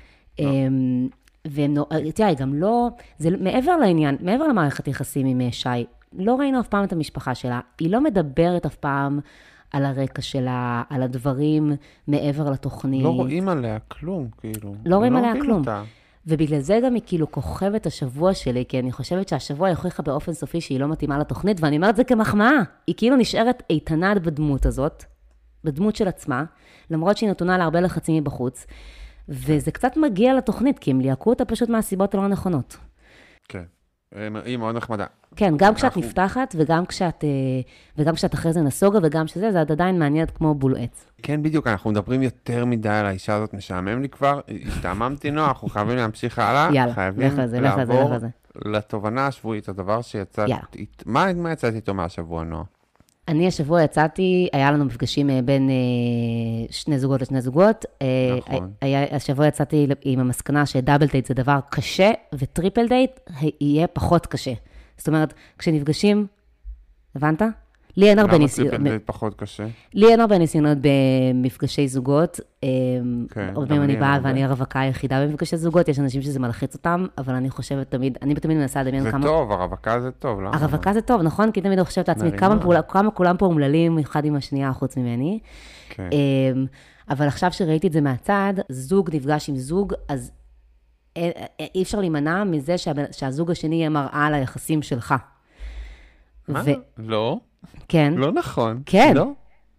Speaker 4: אמ, והם, נו- תראה, היא גם לא, זה מעבר לעניין, מעבר למערכת יחסים עם אה, שי, לא ראינו אף פעם את המשפחה שלה, היא לא מדברת אף פעם על הרקע שלה, על הדברים מעבר לתוכנית.
Speaker 3: לא רואים עליה כלום, כאילו.
Speaker 4: לא רואים עליה
Speaker 3: רואים
Speaker 4: כלום.
Speaker 3: אותה.
Speaker 4: ובגלל זה גם היא כאילו כוכבת השבוע שלי, כי אני חושבת שהשבוע היא הוכיחה באופן סופי שהיא לא מתאימה לתוכנית, ואני אומרת זה כמחמאה. היא כאילו נשארת איתנה בדמות הזאת, בדמות של עצמה, למרות שהיא נתונה להרבה לחצים מבחוץ, וזה קצת מגיע לתוכנית, כי הם ליהקו אותה פשוט מהסיבות הלא נכונות.
Speaker 3: כן. היא מאוד נחמדה.
Speaker 4: כן, גם כשאת
Speaker 3: אנחנו-
Speaker 4: נפתחת, וגם כשאת, אה, וגם כשאת אחרי זה נסוגה, וגם שזה, זה עדיין מעניינת כמו בול עץ.
Speaker 3: כן, בדיוק, אנחנו מדברים יותר מדי על האישה הזאת, משעמם לי כבר, השתעממתי נוח, אנחנו חייבים להמשיך הלאה,
Speaker 4: יאללה,
Speaker 3: חייבים
Speaker 4: לך על זה, לך על זה, לך
Speaker 3: לעבור
Speaker 4: על זה.
Speaker 3: לתובנה השבועית, הדבר שיצאת,
Speaker 4: יאללה.
Speaker 3: אית- מה מה יצאת איתו מהשבוע, נועה?
Speaker 4: אני השבוע יצאתי, היה לנו מפגשים אה, בין אה, שני זוגות לשני זוגות. אה,
Speaker 3: נכון.
Speaker 4: היה, השבוע יצאתי עם המסקנה שדאבל דייט זה דבר קשה, וטריפל דייט יהיה פחות קשה. זאת אומרת, כשנפגשים, הבנת? לי אין הרבה
Speaker 3: למה
Speaker 4: ניסיונות.
Speaker 3: טריפל דייט פחות קשה?
Speaker 4: לי אין הרבה ניסיונות במפגשי זוגות.
Speaker 3: כן,
Speaker 4: הרבה
Speaker 3: גם
Speaker 4: פעמים
Speaker 3: לי
Speaker 4: אני
Speaker 3: אין
Speaker 4: באה
Speaker 3: הרבה.
Speaker 4: ואני הרווקה היחידה במפגשי זוגות, יש אנשים שזה מלחיץ אותם, אבל אני חושבת תמיד, אני תמיד מנסה לדמיין
Speaker 3: זה
Speaker 4: כמה...
Speaker 3: טוב, הרווקה זה טוב, למה?
Speaker 4: הרווקה זה טוב, נכון? כי תמיד אני חושבת לעצמי,
Speaker 3: מרימה.
Speaker 4: כמה, פעולה, כמה כולם פה אומללים אחד עם השנייה חוץ ממני.
Speaker 3: כן.
Speaker 4: אמ, אבל עכשיו שראיתי את זה מהצד, זוג נפגש עם זוג, אז אי, אי אפשר להימנע מזה שהבן- שהזוג השני יהיה מראה על היחסים שלך.
Speaker 3: מה?
Speaker 4: ו-
Speaker 3: לא,
Speaker 4: כן.
Speaker 3: לא נכון.
Speaker 4: כן.
Speaker 3: לא?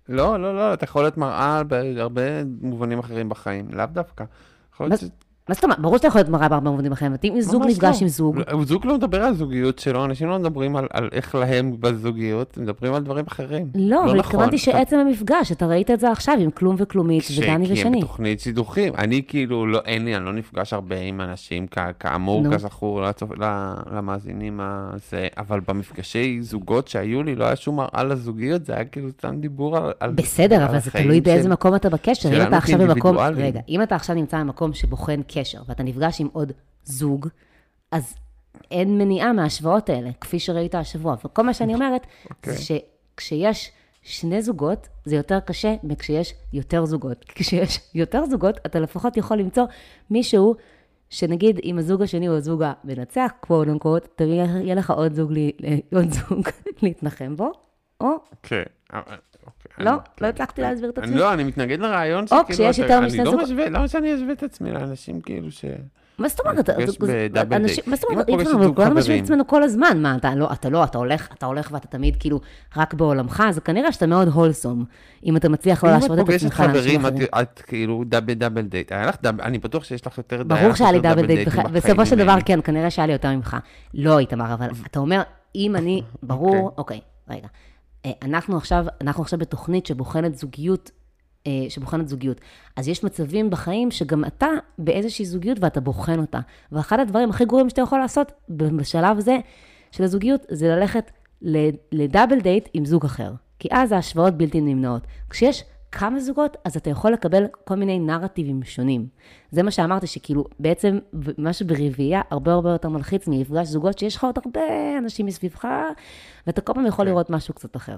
Speaker 3: לא, לא, לא, אתה יכול להיות מראה בהרבה מובנים אחרים בחיים, לאו דווקא. יכול להיות ש...
Speaker 4: מה זאת אומרת? ברור שאתה יכול להיות מראה בהרבה מובנים בחיים, אם זוג נפגש עם זוג...
Speaker 3: זוג לא מדבר על זוגיות שלו, אנשים לא מדברים על איך להם בזוגיות, מדברים על דברים אחרים.
Speaker 4: לא, אבל התכוונתי שעצם המפגש, אתה ראית את זה עכשיו עם כלום וכלומית ודני ושני.
Speaker 3: כי הם בתוכנית שידוכים. אני כאילו, לא, אין לי, אני לא נפגש הרבה עם אנשים, כאמור, כזכור, למאזינים הזה, אבל במפגשי זוגות שהיו לי, לא היה שום מראה לזוגיות, זה היה כאילו סתם דיבור על...
Speaker 4: בסדר, אבל זה תלוי באיזה מקום אתה בקשר. רגע, אם אתה עכשיו נמצא במקום שבוחן קשר, ואתה נפגש עם עוד זוג, אז אין מניעה מההשוואות האלה, כפי שראית השבוע. וכל מה שאני אומרת, okay. זה שכשיש שני זוגות, זה יותר קשה מכשיש יותר זוגות. כשיש יותר זוגות, אתה לפחות יכול למצוא מישהו, שנגיד, אם הזוג השני הוא הזוג המנצח, קוואט אנקוואט, תראה, יהיה לך עוד זוג, עוד זוג להתנחם בו, או...
Speaker 3: כן.
Speaker 4: לא, לא הצלחתי להסביר את עצמי.
Speaker 3: לא, אני מתנגד לרעיון
Speaker 4: שכאילו... או כשיש יותר משני זוגות.
Speaker 3: אני לא משווה, למה שאני אשווה את עצמי לאנשים כאילו ש...
Speaker 4: מה זאת אומרת? מה זאת אומרת? כולנו משווים את עצמנו כל הזמן. מה, אתה לא, אתה הולך, אתה הולך ואתה תמיד כאילו רק בעולמך, אז כנראה שאתה מאוד הולסום, אם אתה מצליח לא להשוות את עצמך לאנשים אחרים.
Speaker 3: את כאילו דאבל דאבל דייט. אני בטוח שיש לך יותר
Speaker 4: דייט. ברור שהיה לי דאבל דייט. בסופו של דבר, כן, כנראה שהיה לי יותר ממך. לא, איתמר, אבל אתה אומר, אם אני, ברור, אוקיי, רגע. אנחנו עכשיו, אנחנו עכשיו בתוכנית שבוחנת זוגיות, שבוחנת זוגיות. אז יש מצבים בחיים שגם אתה באיזושהי זוגיות ואתה בוחן אותה. ואחד הדברים הכי גרועים שאתה יכול לעשות בשלב הזה של הזוגיות, זה ללכת לדאבל דייט עם זוג אחר. כי אז ההשוואות בלתי נמנעות. כשיש כמה זוגות, אז אתה יכול לקבל כל מיני נרטיבים שונים. זה מה שאמרתי, שכאילו בעצם משהו ברביעייה הרבה הרבה יותר מלחיץ מלפגש זוגות שיש לך עוד הרבה אנשים מסביבך, ואתה כל פעם יכול לראות משהו קצת אחר.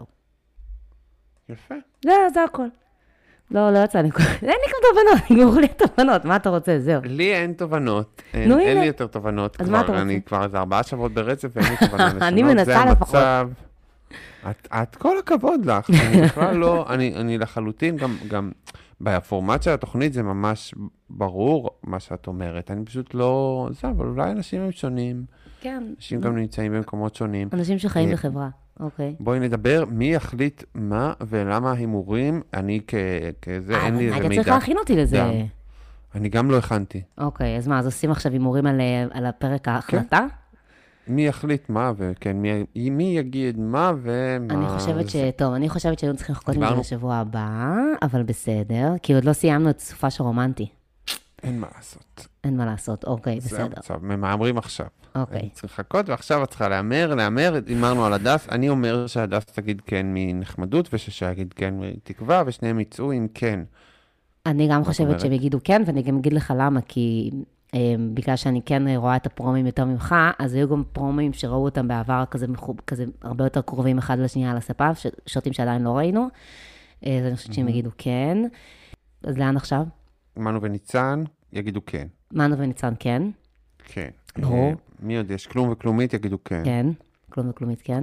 Speaker 3: יפה.
Speaker 4: זה, זה הכל. לא, לא יצא לי, אין לי כמו תובנות, נגמרו לי תובנות, מה אתה רוצה, זהו.
Speaker 3: לי אין תובנות, אין לי יותר תובנות כבר, אני כבר איזה ארבעה שבועות ברצף, ואין לי תובנות לשנות,
Speaker 4: אני מנסה לפחות.
Speaker 3: את כל הכבוד לך, אני בכלל לא, אני לחלוטין, גם בפורמט של התוכנית זה ממש ברור מה שאת אומרת, אני פשוט לא, זה, אבל אולי אנשים הם שונים,
Speaker 4: כן.
Speaker 3: אנשים גם נמצאים במקומות שונים.
Speaker 4: אנשים שחיים בחברה. אוקיי.
Speaker 3: בואי נדבר, מי יחליט מה ולמה הימורים, אני כזה, אין לי איזה מידע.
Speaker 4: אתה צריך להכין אותי לזה.
Speaker 3: אני גם לא הכנתי.
Speaker 4: אוקיי, אז מה, אז עושים עכשיו הימורים על הפרק ההחלטה?
Speaker 3: מי יחליט מה, וכן, מי יגיד מה ומה.
Speaker 4: אני חושבת ש... טוב, אני חושבת שהיו צריכים לחכות מזה לשבוע הבא, אבל בסדר, כי עוד לא סיימנו את סופה שרומנטי.
Speaker 3: אין מה לעשות.
Speaker 4: אין מה לעשות, אוקיי, בסדר.
Speaker 3: זה המצב, ממאמרים עכשיו.
Speaker 4: אוקיי.
Speaker 3: אני צריך לחכות, ועכשיו את צריכה לאמר, לאמר, אמרנו על הדס, אני אומר שהדס תגיד כן מנחמדות, וששי יגיד כן מתקווה, ושניהם יצאו עם כן.
Speaker 4: אני גם חושבת שהם יגידו כן, ואני גם אגיד לך למה, כי בגלל שאני כן רואה את הפרומים יותר ממך, אז היו גם פרומים שראו אותם בעבר כזה, כזה הרבה יותר קרובים אחד לשנייה על הספה, שוטים שעדיין לא ראינו, אז אני חושבת שהם יגידו כן. אז לאן עכשיו?
Speaker 3: מנו וניצן יגידו כן.
Speaker 4: מנו וניצן כן.
Speaker 3: כן.
Speaker 4: ברור.
Speaker 3: מי עוד יש? כלום וכלומית יגידו כן.
Speaker 4: כן, כלום וכלומית כן.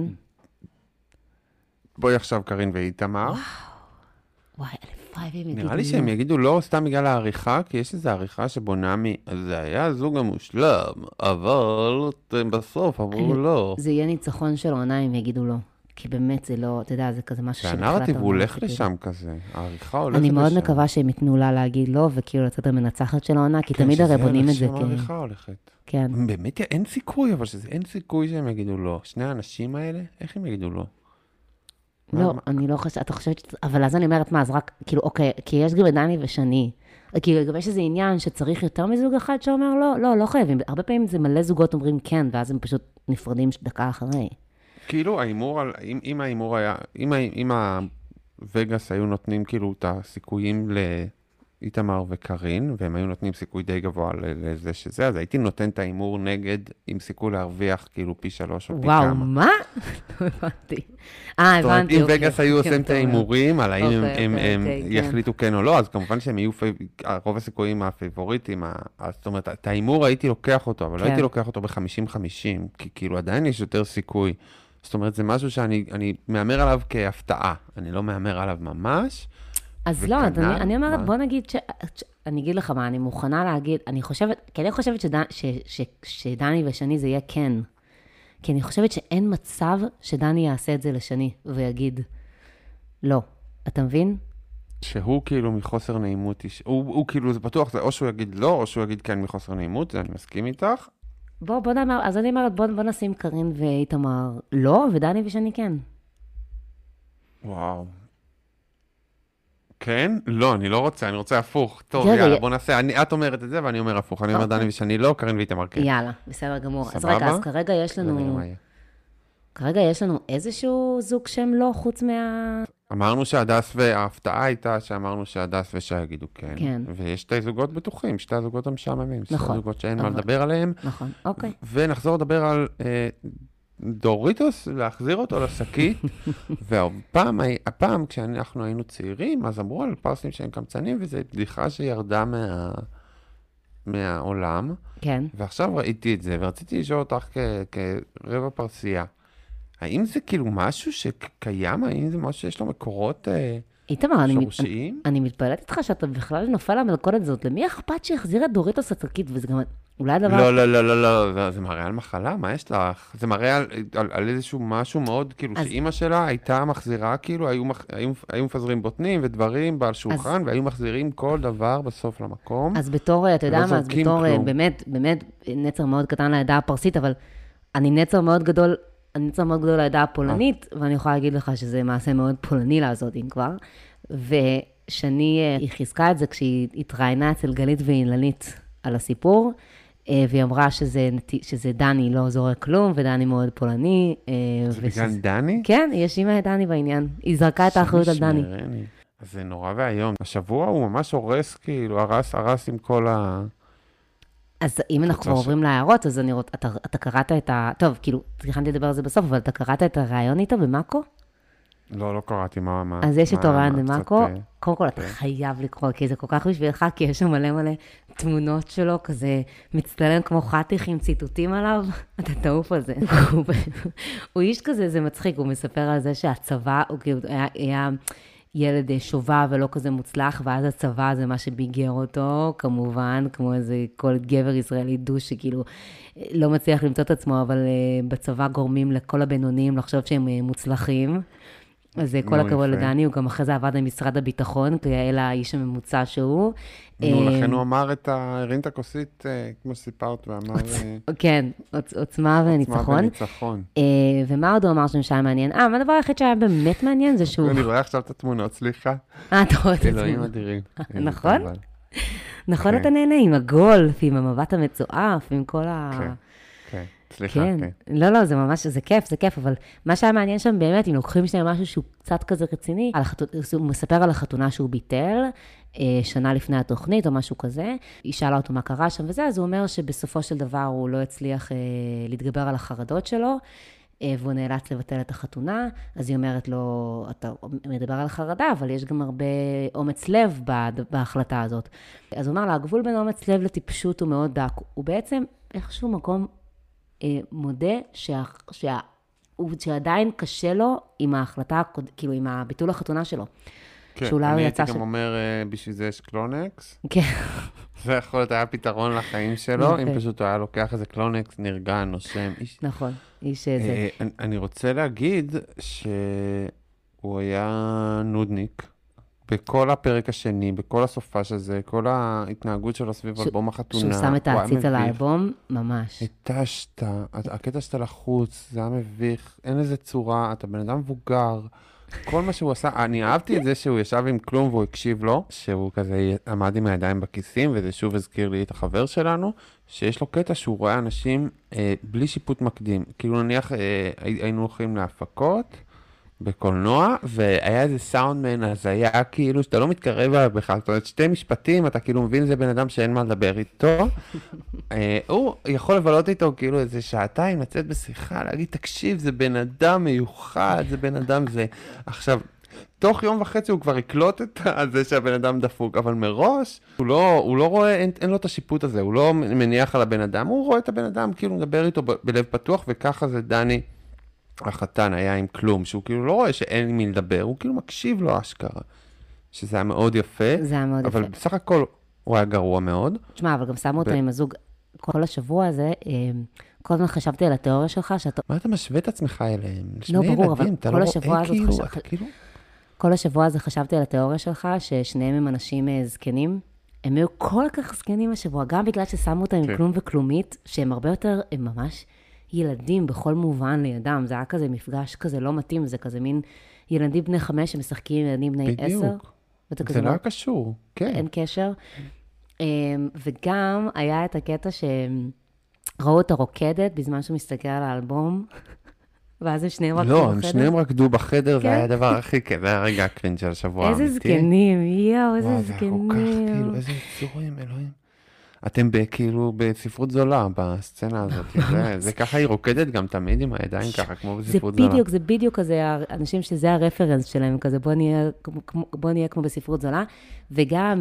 Speaker 3: בואי עכשיו קרין ואיתמר.
Speaker 4: וואו. וואי, אלפיים הם יגידו.
Speaker 3: נראה לי שהם יגידו לא סתם בגלל העריכה, כי יש איזו עריכה שבונה מ... זה היה הזוג המושלם, אבל בסוף אמרו לא.
Speaker 4: זה יהיה ניצחון של עונה אם יגידו לא. כי באמת זה לא, אתה יודע, זה כזה משהו שבכלל...
Speaker 3: והנרטיב הוא הולך לשם כזה, העריכה הולכת לשם.
Speaker 4: אני מאוד מקווה שהם יתנו לה להגיד לא, וכאילו לצאת המנצחת של העונה, כי תמיד הרי בונים את זה.
Speaker 3: כן, שזה העריכה הולכת.
Speaker 4: כן.
Speaker 3: באמת אין סיכוי, אבל שזה אין סיכוי שהם יגידו לא. שני האנשים האלה, איך הם יגידו לא?
Speaker 4: לא, אני לא חושבת, אתה חושבת, אבל אז אני אומרת מה, אז רק, כאילו, אוקיי, כי יש גם דני ושני, כאילו, לגבי שזה עניין שצריך יותר מזוג אחד שאומר לא, לא, לא חייבים, הרבה פעמים זה מלא זוגות אומרים כן, ואז הם פשוט נפרדים דקה אחרי.
Speaker 3: כאילו, האימור, אם האימור היה, אם הווגאס היו נותנים כאילו את הסיכויים לאיתמר וקרין, והם היו נותנים סיכוי די גבוה לזה שזה, אז הייתי נותן את האימור נגד, עם סיכוי להרוויח כאילו פי שלוש או פי כמה.
Speaker 4: וואו, מה? לא הבנתי. אה, הבנתי,
Speaker 3: אוקיי. אם וגאס היו עושים את האימורים, על האם הם יחליטו כן או לא, אז כמובן שהם יהיו, רוב הסיכויים הפייבוריטים, זאת אומרת, את האימור הייתי לוקח אותו, אבל לא הייתי לוקח אותו ב-חמישים חמישים, כי כאילו עדיין יש יותר סיכוי. זאת אומרת, זה משהו שאני מאמר עליו כהפתעה, אני לא מאמר עליו ממש.
Speaker 4: אז לא, אני אומרת, בוא נגיד, אני אגיד לך מה, אני מוכנה להגיד, אני חושבת, כי אני חושבת שדני ושני זה יהיה כן. כי אני חושבת שאין מצב שדני יעשה את זה לשני, ויגיד, לא. אתה מבין?
Speaker 3: שהוא כאילו מחוסר נעימות, הוא, הוא כאילו, זה בטוח, זה או שהוא יגיד לא, או שהוא יגיד כן מחוסר נעימות, זה אני מסכים איתך.
Speaker 4: בוא, בוא נאמר, אז אני אומרת, בוא, בוא נשים קרין ואיתמר לא, ודני ושני כן.
Speaker 3: וואו. כן? לא, אני לא רוצה, אני רוצה הפוך. טוב,
Speaker 4: רגע,
Speaker 3: יאללה,
Speaker 4: י...
Speaker 3: בוא נעשה, אני, את אומרת את זה ואני אומר הפוך. אני אומר דני ושני לא, קרין ואיתמר כן.
Speaker 4: יאללה, בסדר גמור.
Speaker 3: סבבה?
Speaker 4: אז רגע, אז כרגע יש לנו... כרגע יש לנו איזשהו זוג שם לא, חוץ מה...
Speaker 3: אמרנו שהדס, וההפתעה הייתה שאמרנו שהדס ושי יגידו כן.
Speaker 4: כן.
Speaker 3: ויש שתי זוגות בטוחים, שתי הזוגות המשעממים.
Speaker 4: נכון.
Speaker 3: שתי זוגות שאין
Speaker 4: אבל...
Speaker 3: מה לדבר עליהם.
Speaker 4: נכון, אוקיי.
Speaker 3: ונחזור לדבר על אה, דוריטוס, להחזיר אותו לשקית. והפעם, הפעם כשאנחנו היינו צעירים, אז אמרו על פרסים שהם קמצנים, וזו בדיחה שירדה מה... מהעולם.
Speaker 4: כן.
Speaker 3: ועכשיו ראיתי את זה, ורציתי לשאול אותך כ- כרבע פרסייה. האם זה כאילו משהו שקיים? האם זה משהו שיש לו מקורות אה,
Speaker 4: איתמר,
Speaker 3: שורשיים?
Speaker 4: אני, אני מתפלאת איתך שאתה בכלל נופל למלכודת הזאת. למי אכפת שיחזיר את דוריטוס לשקית? וזה גם אולי הדבר...
Speaker 3: לא, לא, לא, לא, לא, זה, זה מראה על מחלה, מה יש לך? זה מראה על, על, על איזשהו משהו מאוד, כאילו, אז... שאימא שלה הייתה מחזירה, כאילו, היו, היו, היו מפזרים בוטנים ודברים בעל שולחן, אז... והיו מחזירים כל דבר בסוף למקום.
Speaker 4: אז בתור, אתה יודע מה, אז בתור כלום. באמת, באמת, נצר מאוד קטן לעדה הפרסית, אבל אני נצר מאוד גדול, אני נצר מאוד גדול לעדה הפולנית, אה. ואני יכולה להגיד לך שזה מעשה מאוד פולני לעשות, אם כבר. ושני, היא חיזקה את זה כשהיא התראיינה אצל גלית ואילנית על הסיפור, והיא אמרה שזה, שזה דני לא זורק כלום, ודני מאוד פולני.
Speaker 3: זה בגלל דני?
Speaker 4: כן, היא האשימה את דני בעניין. היא זרקה את האחריות על דני.
Speaker 3: אז זה נורא והיום. השבוע הוא ממש הורס, כאילו, הרס, הרס עם כל ה...
Speaker 4: אז אם אנחנו עוברים להערות, אז אני רואה, אתה, אתה קראת את ה... טוב, כאילו, תכנתי לדבר על זה בסוף, אבל אתה קראת את הרעיון איתו במאקו?
Speaker 3: לא, לא קראתי מה... מה
Speaker 4: אז יש את הרעיון במאקו.
Speaker 3: קצת...
Speaker 4: קודם כל, אתה חייב לקרוא, כי זה כל כך בשבילך, כי יש שם מלא מלא תמונות שלו, כזה מצטלם כמו חתיך עם ציטוטים עליו, אתה תעוף על זה. הוא איש כזה, זה מצחיק, הוא מספר על זה שהצבא, הוא כאילו היה, היה ילד שובב ולא כזה מוצלח, ואז הצבא זה מה שביגר אותו, כמובן, כמו איזה כל גבר ישראלי דוש, שכאילו לא מצליח למצוא את עצמו, אבל בצבא גורמים לכל הבינוניים לחשוב שהם מוצלחים. אז כל הכבוד לדני, הוא גם אחרי זה עבד במשרד הביטחון, כאלה האיש הממוצע שהוא.
Speaker 3: נו, לכן הוא אמר את ה... הרים את הכוסית, כמו שסיפרת, ואמר...
Speaker 4: כן, עוצמה וניצחון.
Speaker 3: עוצמה וניצחון.
Speaker 4: ומה עוד הוא אמר שם שהיה מעניין? אה, מה הדבר היחיד שהיה באמת מעניין זה שהוא...
Speaker 3: אני רואה עכשיו את התמונות, סליחה.
Speaker 4: אה, אתה רואה את התמונות.
Speaker 3: אלוהים אדירים.
Speaker 4: נכון? נכון, אתה נהנה עם הגולף, עם המבט המצועף, עם כל ה...
Speaker 3: כן, כן. סליחה,
Speaker 4: כן. כן. לא, לא, זה ממש, זה כיף, זה כיף, אבל מה שהיה מעניין שם באמת, אם לוקחים שנייה משהו שהוא קצת כזה רציני, הוא מספר על החתונה שהוא ביטל, שנה לפני התוכנית או משהו כזה, היא שאלה אותו מה קרה שם וזה, אז הוא אומר שבסופו של דבר הוא לא הצליח להתגבר על החרדות שלו, והוא נאלץ לבטל את החתונה, אז היא אומרת לו, אתה מדבר על חרדה, אבל יש גם הרבה אומץ לב בהחלטה הזאת. אז הוא אומר לה, הגבול בין אומץ לב לטיפשות הוא מאוד דק, הוא בעצם איכשהו מקום מודה שה, שה, שעדיין קשה לו עם ההחלטה, כאילו עם הביטול החתונה שלו.
Speaker 3: כן, אני הייתי גם אומר, בשביל זה יש קלונקס.
Speaker 4: כן.
Speaker 3: זה יכול להיות היה פתרון לחיים שלו, אם פשוט הוא היה לוקח איזה קלונקס, נרגע, נושם.
Speaker 4: נכון, איש זה.
Speaker 3: אני רוצה להגיד שהוא היה נודניק. בכל הפרק השני, בכל הסופה של זה, כל ההתנהגות שלו סביב אלבום החתונה.
Speaker 4: שהוא שם את העציץ על האלבום, ממש.
Speaker 3: התשת, הקטע שאתה לחוץ, זה היה מביך, אין איזה צורה, אתה בן אדם מבוגר, כל מה שהוא עשה, אני אהבתי את זה שהוא ישב עם כלום והוא הקשיב לו, שהוא כזה עמד עם הידיים בכיסים, וזה שוב הזכיר לי את החבר שלנו, שיש לו קטע שהוא רואה אנשים אה, בלי שיפוט מקדים, כאילו נניח אה, היינו הולכים להפקות, בקולנוע, והיה איזה סאונדמן, אז היה כאילו שאתה לא מתקרב עליו בכלל, זאת אומרת, שתי משפטים, אתה כאילו מבין זה בן אדם שאין מה לדבר איתו, הוא יכול לבלות איתו כאילו איזה שעתיים, לצאת בשיחה, להגיד, תקשיב, זה בן אדם מיוחד, זה בן אדם זה. עכשיו, תוך יום וחצי הוא כבר יקלוט את זה שהבן אדם דפוק, אבל מראש, הוא לא, הוא לא רואה, אין, אין לו את השיפוט הזה, הוא לא מניח על הבן אדם, הוא רואה את הבן אדם, כאילו מדבר איתו ב- בלב פתוח, וככה זה דני. החתן היה עם כלום, שהוא כאילו לא רואה שאין מי לדבר, הוא כאילו מקשיב לו אשכרה, שזה היה מאוד יפה,
Speaker 4: זה היה מאוד
Speaker 3: אבל
Speaker 4: יפה.
Speaker 3: בסך הכל הוא היה גרוע מאוד.
Speaker 4: תשמע, אבל גם שמו אותו עם הזוג, כל השבוע הזה, כל הזמן חשבתי על התיאוריה שלך, שאתה...
Speaker 3: מה אתה משווה את עצמך אליהם?
Speaker 4: לא, ברור, אבל כל השבוע הזאת חשבתי... כל השבוע הזה חשבתי על התיאוריה שלך, ששניהם הם אנשים זקנים. הם היו כל כך זקנים השבוע, גם בגלל ששמו אותם עם כלום וכלומית, שהם הרבה יותר, הם ממש ילדים בכל מובן לידם. זה היה כזה מפגש כזה לא מתאים, זה כזה מין ילדים בני חמש שמשחקים עם ילדים בני עשר.
Speaker 3: בדיוק. זה לא היה קשור, כן.
Speaker 4: אין קשר. וגם היה את הקטע שראו את הרוקדת בזמן שהוא מסתכל על האלבום, ואז הם שניהם רקדו בחדר.
Speaker 3: לא, הם שניהם רקדו בחדר, זה היה הדבר הכי, כן, זה היה רגע הקרינג' של השבוע האמיתי.
Speaker 4: איזה זקנים, יואו, איזה זקנים.
Speaker 3: וואו, זה היה כל כך, כאילו, איזה יצורים, אלוהים. אתם כאילו בספרות זולה, בסצנה הזאת. זה ככה היא רוקדת גם תמיד עם הידיים ככה, כמו בספרות זולה.
Speaker 4: זה בדיוק, זה בדיוק כזה, האנשים שזה הרפרנס שלהם, כזה בוא נהיה כמו בספרות זולה. וגם,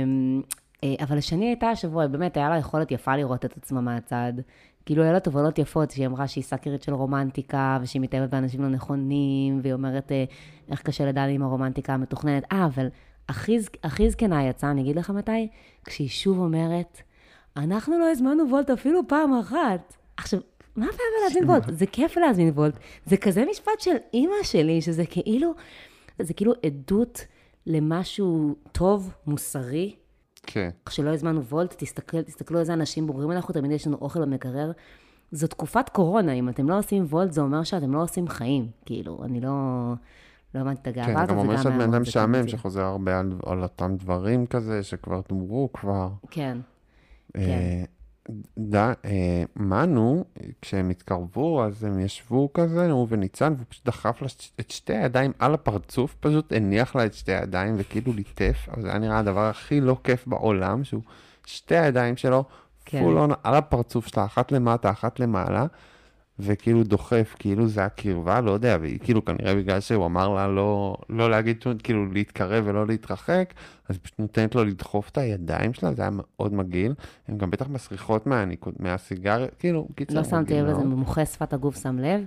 Speaker 4: אבל השני הייתה השבוע, באמת היה לה יכולת יפה לראות את עצמה מהצד. כאילו, היה לה תובנות יפות, שהיא אמרה שהיא סאקרית של רומנטיקה, ושהיא מתאהבת באנשים לא נכונים, והיא אומרת איך קשה לדעת עם הרומנטיקה המתוכננת. אה, אבל הכי זקנה יצאה, אני אגיד לך מתי, כשהיא שוב אומרת, אנחנו לא הזמנו וולט אפילו פעם אחת. עכשיו, מה הבעיה להזמין וולט? זה כיף להזמין וולט. זה כזה משפט של אמא שלי, שזה כאילו, זה כאילו עדות למשהו טוב, מוסרי,
Speaker 3: כן.
Speaker 4: כשלא הזמנו וולט, תסתכל, תסתכלו איזה אנשים בוגרים אנחנו, תמיד יש לנו אוכל במקרר. זו תקופת קורונה, אם אתם לא עושים וולט, זה אומר שאתם לא עושים חיים. כאילו, אני לא, לא אמרתי את הגאווה.
Speaker 3: כן, זה גם אומר שאת בן אדם שעמם, שחוזר הרבה על, על אותם דברים כזה, שכבר תאמרו כבר.
Speaker 4: כן.
Speaker 3: אה, דה, אה, מנו, כשהם התקרבו, אז הם ישבו כזה, הוא וניצן, והוא פשוט דחף לה את שתי הידיים על הפרצוף, פשוט הניח לה את שתי הידיים, וכאילו ליטף, אבל זה היה נראה הדבר הכי לא כיף בעולם, שהוא שתי הידיים שלו, כן. פולון על הפרצוף שלה, אחת למטה, אחת למעלה, וכאילו דוחף, כאילו זה הקרבה, לא יודע, והיא כאילו כנראה בגלל שהוא אמר לה לא, לא להגיד, כאילו להתקרב ולא להתרחק, אז פשוט נותנת לו לדחוף את הידיים שלה, זה היה מאוד מגעיל, הן גם בטח מסריחות מהניקוד, מהסיגר, כאילו, קיצר.
Speaker 4: לא שמתי לב לזה, מומחה שפת הגוף שם לב.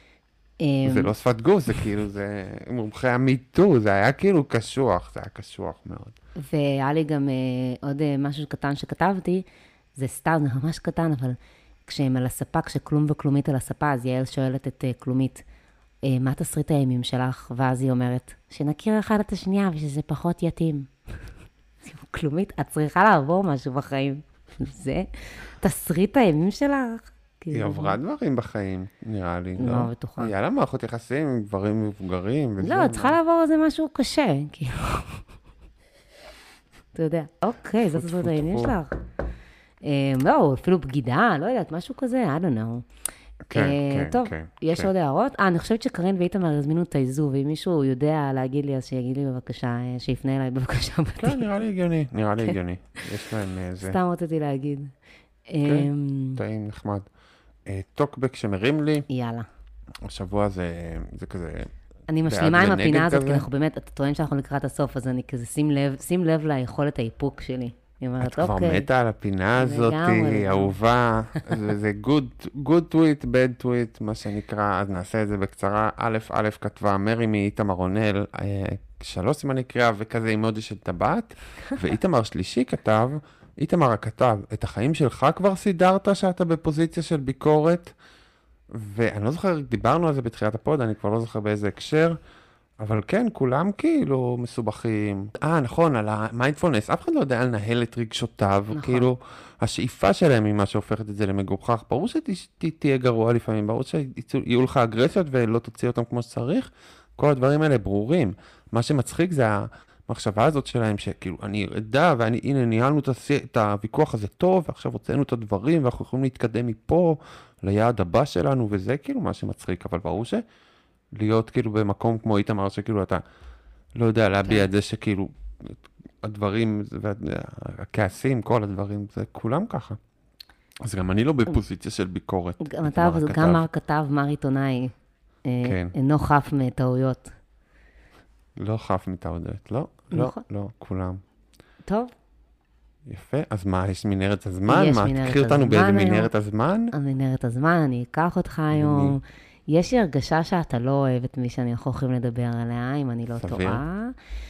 Speaker 3: זה לא שפת גוף, זה כאילו, זה מומחה אמיתו, זה היה כאילו קשוח, זה היה קשוח מאוד.
Speaker 4: והיה לי גם עוד משהו קטן שכתבתי, זה סתם, ממש קטן, אבל כשהם על הספה, כשכלום וכלומית על הספה, אז יעל שואלת את כלומית, מה תסריט הימים שלך? ואז היא אומרת, שנכיר אחד את השנייה, ושזה פחות יתאים. כלומית, את צריכה לעבור משהו בחיים. זה תסריט הימים שלך?
Speaker 3: היא עברה דברים בחיים, נראה לי.
Speaker 4: לא, בטוחה.
Speaker 3: היה לה מערכות יחסים עם דברים מבוגרים.
Speaker 4: לא, את צריכה לעבור איזה משהו קשה, כאילו. אתה יודע, אוקיי, זאת תסריט הימים שלך. לא, אפילו בגידה, לא יודעת, משהו כזה, I don't know.
Speaker 3: כן, כן,
Speaker 4: טוב,
Speaker 3: כן.
Speaker 4: יש עוד הערות? אה, אני חושבת שקרן ואיתמר הזמינו את האיזו, ואם מישהו יודע להגיד לי, אז שיגיד לי בבקשה, שיפנה אליי בבקשה.
Speaker 3: לא, נראה לי הגיוני, נראה לי הגיוני. יש להם איזה...
Speaker 4: סתם רציתי להגיד.
Speaker 3: כן, טעים, נחמד. טוקבק שמרים לי.
Speaker 4: יאללה.
Speaker 3: השבוע זה כזה...
Speaker 4: אני משלימה עם הפינה הזאת, כי אנחנו באמת, אתה טוען שאנחנו לקראת הסוף, אז אני כזה, שים לב, שים לב ליכולת האיפוק שלי.
Speaker 3: את כבר מתה על הפינה הזאת, אהובה, זה good tweet, bad tweet, מה שנקרא, אז נעשה את זה בקצרה. א', א', כתבה מרי מאיתמר רונל, שלוש סימני קריאה וכזה עם עוד של טבעת, ואיתמר שלישי כתב, איתמר הכתב, את החיים שלך כבר סידרת שאתה בפוזיציה של ביקורת, ואני לא זוכר, דיברנו על זה בתחילת הפוד, אני כבר לא זוכר באיזה הקשר, אבל כן, כולם כאילו מסובכים. אה, נכון, על המיינדפולנס, אף אחד לא יודע לנהל את רגשותיו, נכון. כאילו, השאיפה שלהם היא מה שהופכת את זה למגוחך. ברור שתהיה גרוע לפעמים, ברור שיהיו לך אגרסיות ולא תוציא אותם כמו שצריך, כל הדברים האלה ברורים. מה שמצחיק זה המחשבה הזאת שלהם, שכאילו, אני אדע, ואני, הנה, ניהלנו את הוויכוח הזה טוב, ועכשיו הוצאנו את הדברים, ואנחנו יכולים להתקדם מפה ליעד הבא שלנו, וזה כאילו מה שמצחיק, אבל ברור ש... להיות כאילו במקום כמו איתמר, שכאילו אתה לא יודע להביע את זה שכאילו הדברים, הכעסים, כל הדברים, זה כולם ככה. אז גם אני לא בפוזיציה של ביקורת.
Speaker 4: גם אתה, גם מר כתב, מר עיתונאי, אינו חף מטעויות.
Speaker 3: לא חף מטעויות, לא, לא, לא, כולם.
Speaker 4: טוב.
Speaker 3: יפה, אז מה, יש מנהרת הזמן? מה, תקחי אותנו באיזה מנהרת הזמן?
Speaker 4: המנהרת הזמן, אני אקח אותך היום. יש לי הרגשה שאתה לא אוהב את מי שאנחנו הולכים לדבר עליה, אם אני לא טועה.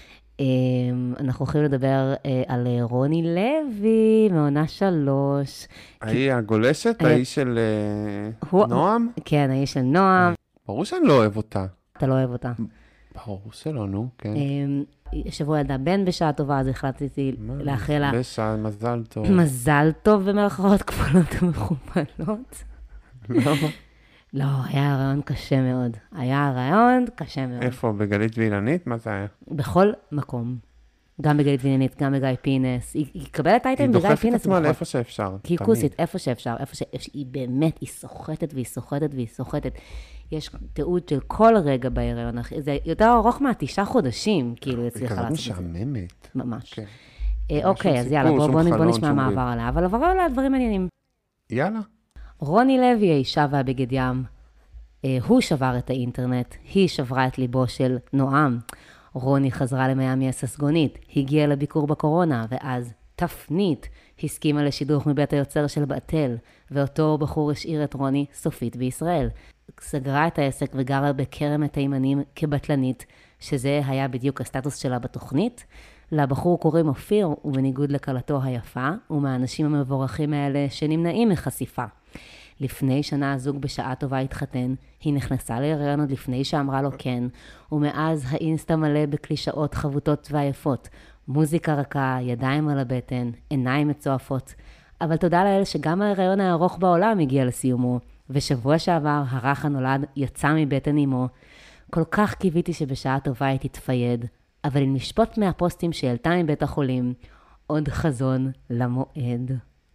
Speaker 4: אנחנו הולכים לדבר על רוני לוי, מעונה שלוש.
Speaker 3: ההיא הגולשת, ההיא של נועם?
Speaker 4: כן, ההיא של נועם.
Speaker 3: ברור שאני לא אוהב אותה.
Speaker 4: אתה לא אוהב אותה.
Speaker 3: ברור שלא, נו, כן.
Speaker 4: שבוע ילדה בן בשעה טובה, אז החלטתי לאחל לה...
Speaker 3: בשעה, מזל טוב.
Speaker 4: מזל טוב במרכאות כפולות ומכופלות.
Speaker 3: למה?
Speaker 4: לא, היה רעיון קשה מאוד. היה רעיון קשה מאוד.
Speaker 3: איפה? בגלית וילנית? מה זה היה?
Speaker 4: בכל מקום. גם בגלית וילנית, גם בגיא פינס. היא קבלת אייטם בגיא פינס.
Speaker 3: היא דוחפת עצמה לאיפה שאפשר.
Speaker 4: כי היא כוסית, איפה שאפשר. היא באמת, היא סוחטת והיא סוחטת והיא סוחטת. יש תיעוד של כל רגע בהיריון. זה יותר ארוך מהתשעה חודשים, כאילו, הצליחה לעשות את זה.
Speaker 3: היא כזאת משעממת.
Speaker 4: ממש. אוקיי, אז יאללה, בוא נשמע מה עבר עליה. אבל עברו עליה דברים מעניינים.
Speaker 3: יאללה.
Speaker 4: רוני לוי, האישה והבגד ים, הוא שבר את האינטרנט, היא שברה את ליבו של נועם. רוני חזרה למיאמי הססגונית, הגיעה לביקור בקורונה, ואז תפנית, הסכימה לשידוך מבית היוצר של בתל, ואותו בחור השאיר את רוני סופית בישראל. סגרה את העסק וגרה בכרם התימנים כבטלנית, שזה היה בדיוק הסטטוס שלה בתוכנית. לבחור קוראים אופיר, ובניגוד לקלתו היפה, ומהאנשים המבורכים האלה שנמנעים מחשיפה. לפני שנה הזוג בשעה טובה התחתן, היא נכנסה להיריון עוד לפני שאמרה לו כן, ומאז האינסטה מלא בקלישאות חבוטות ועייפות, מוזיקה רכה, ידיים על הבטן, עיניים מצועפות. אבל תודה לאל שגם ההיריון הארוך בעולם הגיע לסיומו, ושבוע שעבר הרך הנולד יצא מבטן אמו. כל כך קיוויתי שבשעה טובה היא תתפייד, אבל אם נשפוט מהפוסטים שהעלתה מבית החולים, עוד חזון למועד.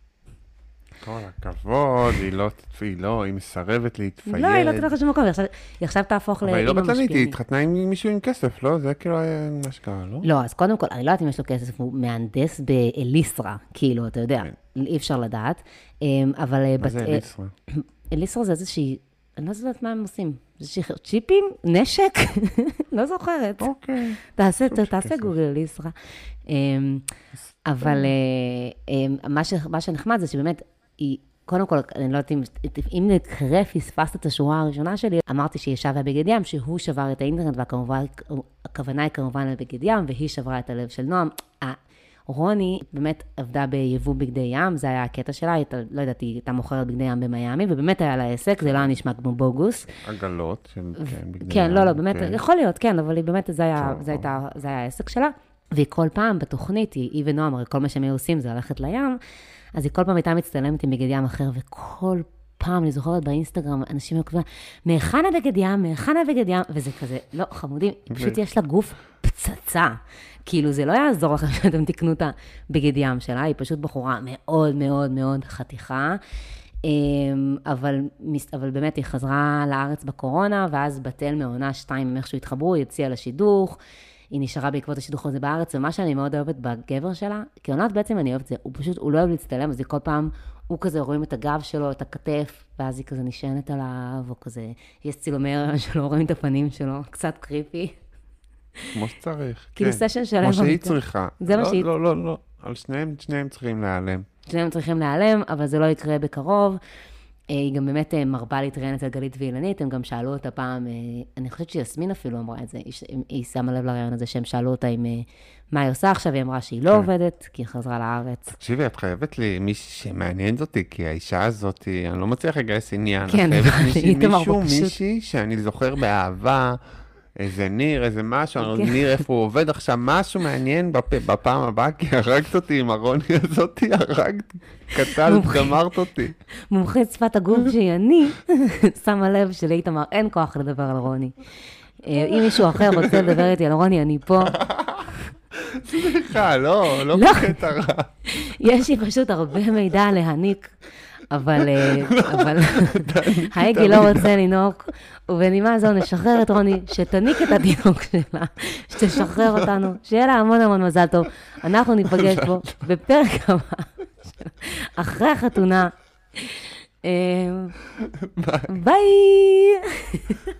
Speaker 3: כל הכבוד, היא לא, היא לא, היא מסרבת להתפייד.
Speaker 4: לא, היא לא תלך לשום מקום, היא עכשיו תהפוך לאמא משפיענית.
Speaker 3: אבל היא לא בטלנית, היא התחתנה עם מישהו עם כסף, לא? זה כאילו מה שקרה, לא?
Speaker 4: לא, אז קודם כל, אני לא יודעת אם יש לו כסף, הוא מהנדס באליסרה, כאילו, אתה יודע, אי אפשר לדעת. אבל...
Speaker 3: מה זה אליסרה?
Speaker 4: אליסרה זה איזושהי, אני לא יודעת מה הם עושים. איזושהי צ'יפים? נשק? לא זוכרת.
Speaker 3: אוקיי.
Speaker 4: תעשה גוגל אליסרה. אבל מה שנחמד זה שבאמת, היא, קודם כל, אני לא יודעת אם, אם נקרא פספסת את השורה הראשונה שלי, אמרתי שהיא שווה בגד ים, שהוא שבר את האינטרנט, והכוונה היא כמובן לבגד ים, והיא שברה את הלב של נועם. רוני באמת עבדה ביבוא בגדי ים, זה היה הקטע שלה, היא, לא יודעת, היא הייתה מוכרת בגדי ים במיאמי, ובאמת היה לה עסק, זה לא היה נשמע כמו בוגוס.
Speaker 3: עגלות של בגדי ים.
Speaker 4: כן, לא, לא, באמת, יכול להיות, כן, אבל היא באמת, זה היה, זה הייתה, זה היה העסק שלה. והיא כל פעם בתוכנית, היא ונועם, הרי כל מה שהם עושים זה ללכת לים, אז היא כל פעם הייתה מצטלמת עם בגד ים אחר, וכל פעם, אני זוכרת באינסטגרם, אנשים היו כזה, מהיכן הבגד ים, מהיכן הבגד ים, וזה כזה, לא, חמודים, פשוט יש לה גוף פצצה. כאילו, זה לא יעזור לכם שאתם תקנו את הבגד ים שלה, היא פשוט בחורה מאוד מאוד מאוד חתיכה, אבל, אבל באמת היא חזרה לארץ בקורונה, ואז בתל מעונה שתיים, איך שהוא התחברו, היא הציעה לשידוך, היא נשארה בעקבות השידוך הזה בארץ, ומה שאני מאוד אוהבת בגבר שלה, כי עונת בעצם אני אוהבת זה, הוא פשוט, הוא לא אוהב להצטלם, אז היא כל פעם, הוא כזה רואים את הגב שלו, את הכתף, ואז היא כזה נשענת עליו, או כזה, יש צילומי הריון שלא רואים את הפנים שלו, קצת קריפי.
Speaker 3: כמו שצריך,
Speaker 4: כאילו סשן שלם.
Speaker 3: כמו שהיא צריכה.
Speaker 4: זה מה שהיא...
Speaker 3: לא, לא, לא, על שניהם, שניהם צריכים להיעלם.
Speaker 4: שניהם צריכים להיעלם, אבל זה לא יקרה בקרוב. היא גם באמת מרבה להתראיין אצל גלית וילנית, הם גם שאלו אותה פעם, אני חושבת שיסמין אפילו אמרה את זה, היא שמה לב לרעיון הזה שהם שאלו אותה עם מה היא עושה עכשיו, היא אמרה שהיא לא עובדת, כי היא חזרה לארץ.
Speaker 3: תקשיבי, את חייבת לי מישהי שמעניינת אותי, כי האישה הזאת, אני לא מצליח לגייס עניין,
Speaker 4: כן,
Speaker 3: מישהו, מישהי שאני זוכר באהבה, איזה ניר, איזה משהו, ניר איפה הוא עובד עכשיו, משהו מעניין בפעם הבאה, כי הרגת אותי עם הרוני הזאת, הרגת, קטל, גמרת אותי.
Speaker 4: מומחית שפת הגוף שהיא אני, שמה לב שלאיתמר אין כוח לדבר על רוני. אם מישהו אחר רוצה לדבר איתי על רוני, אני פה.
Speaker 3: סליחה, לא, לא בקטע רע.
Speaker 4: יש לי פשוט הרבה מידע להעניק. אבל, אבל, האגי לא רוצה לנעוק, ובנימה זו נשחרר את רוני, שתניק את התינוק שלה, שתשחרר אותנו, שיהיה לה המון המון מזל טוב. אנחנו ניפגש פה בפרק הבא, אחרי החתונה. ביי!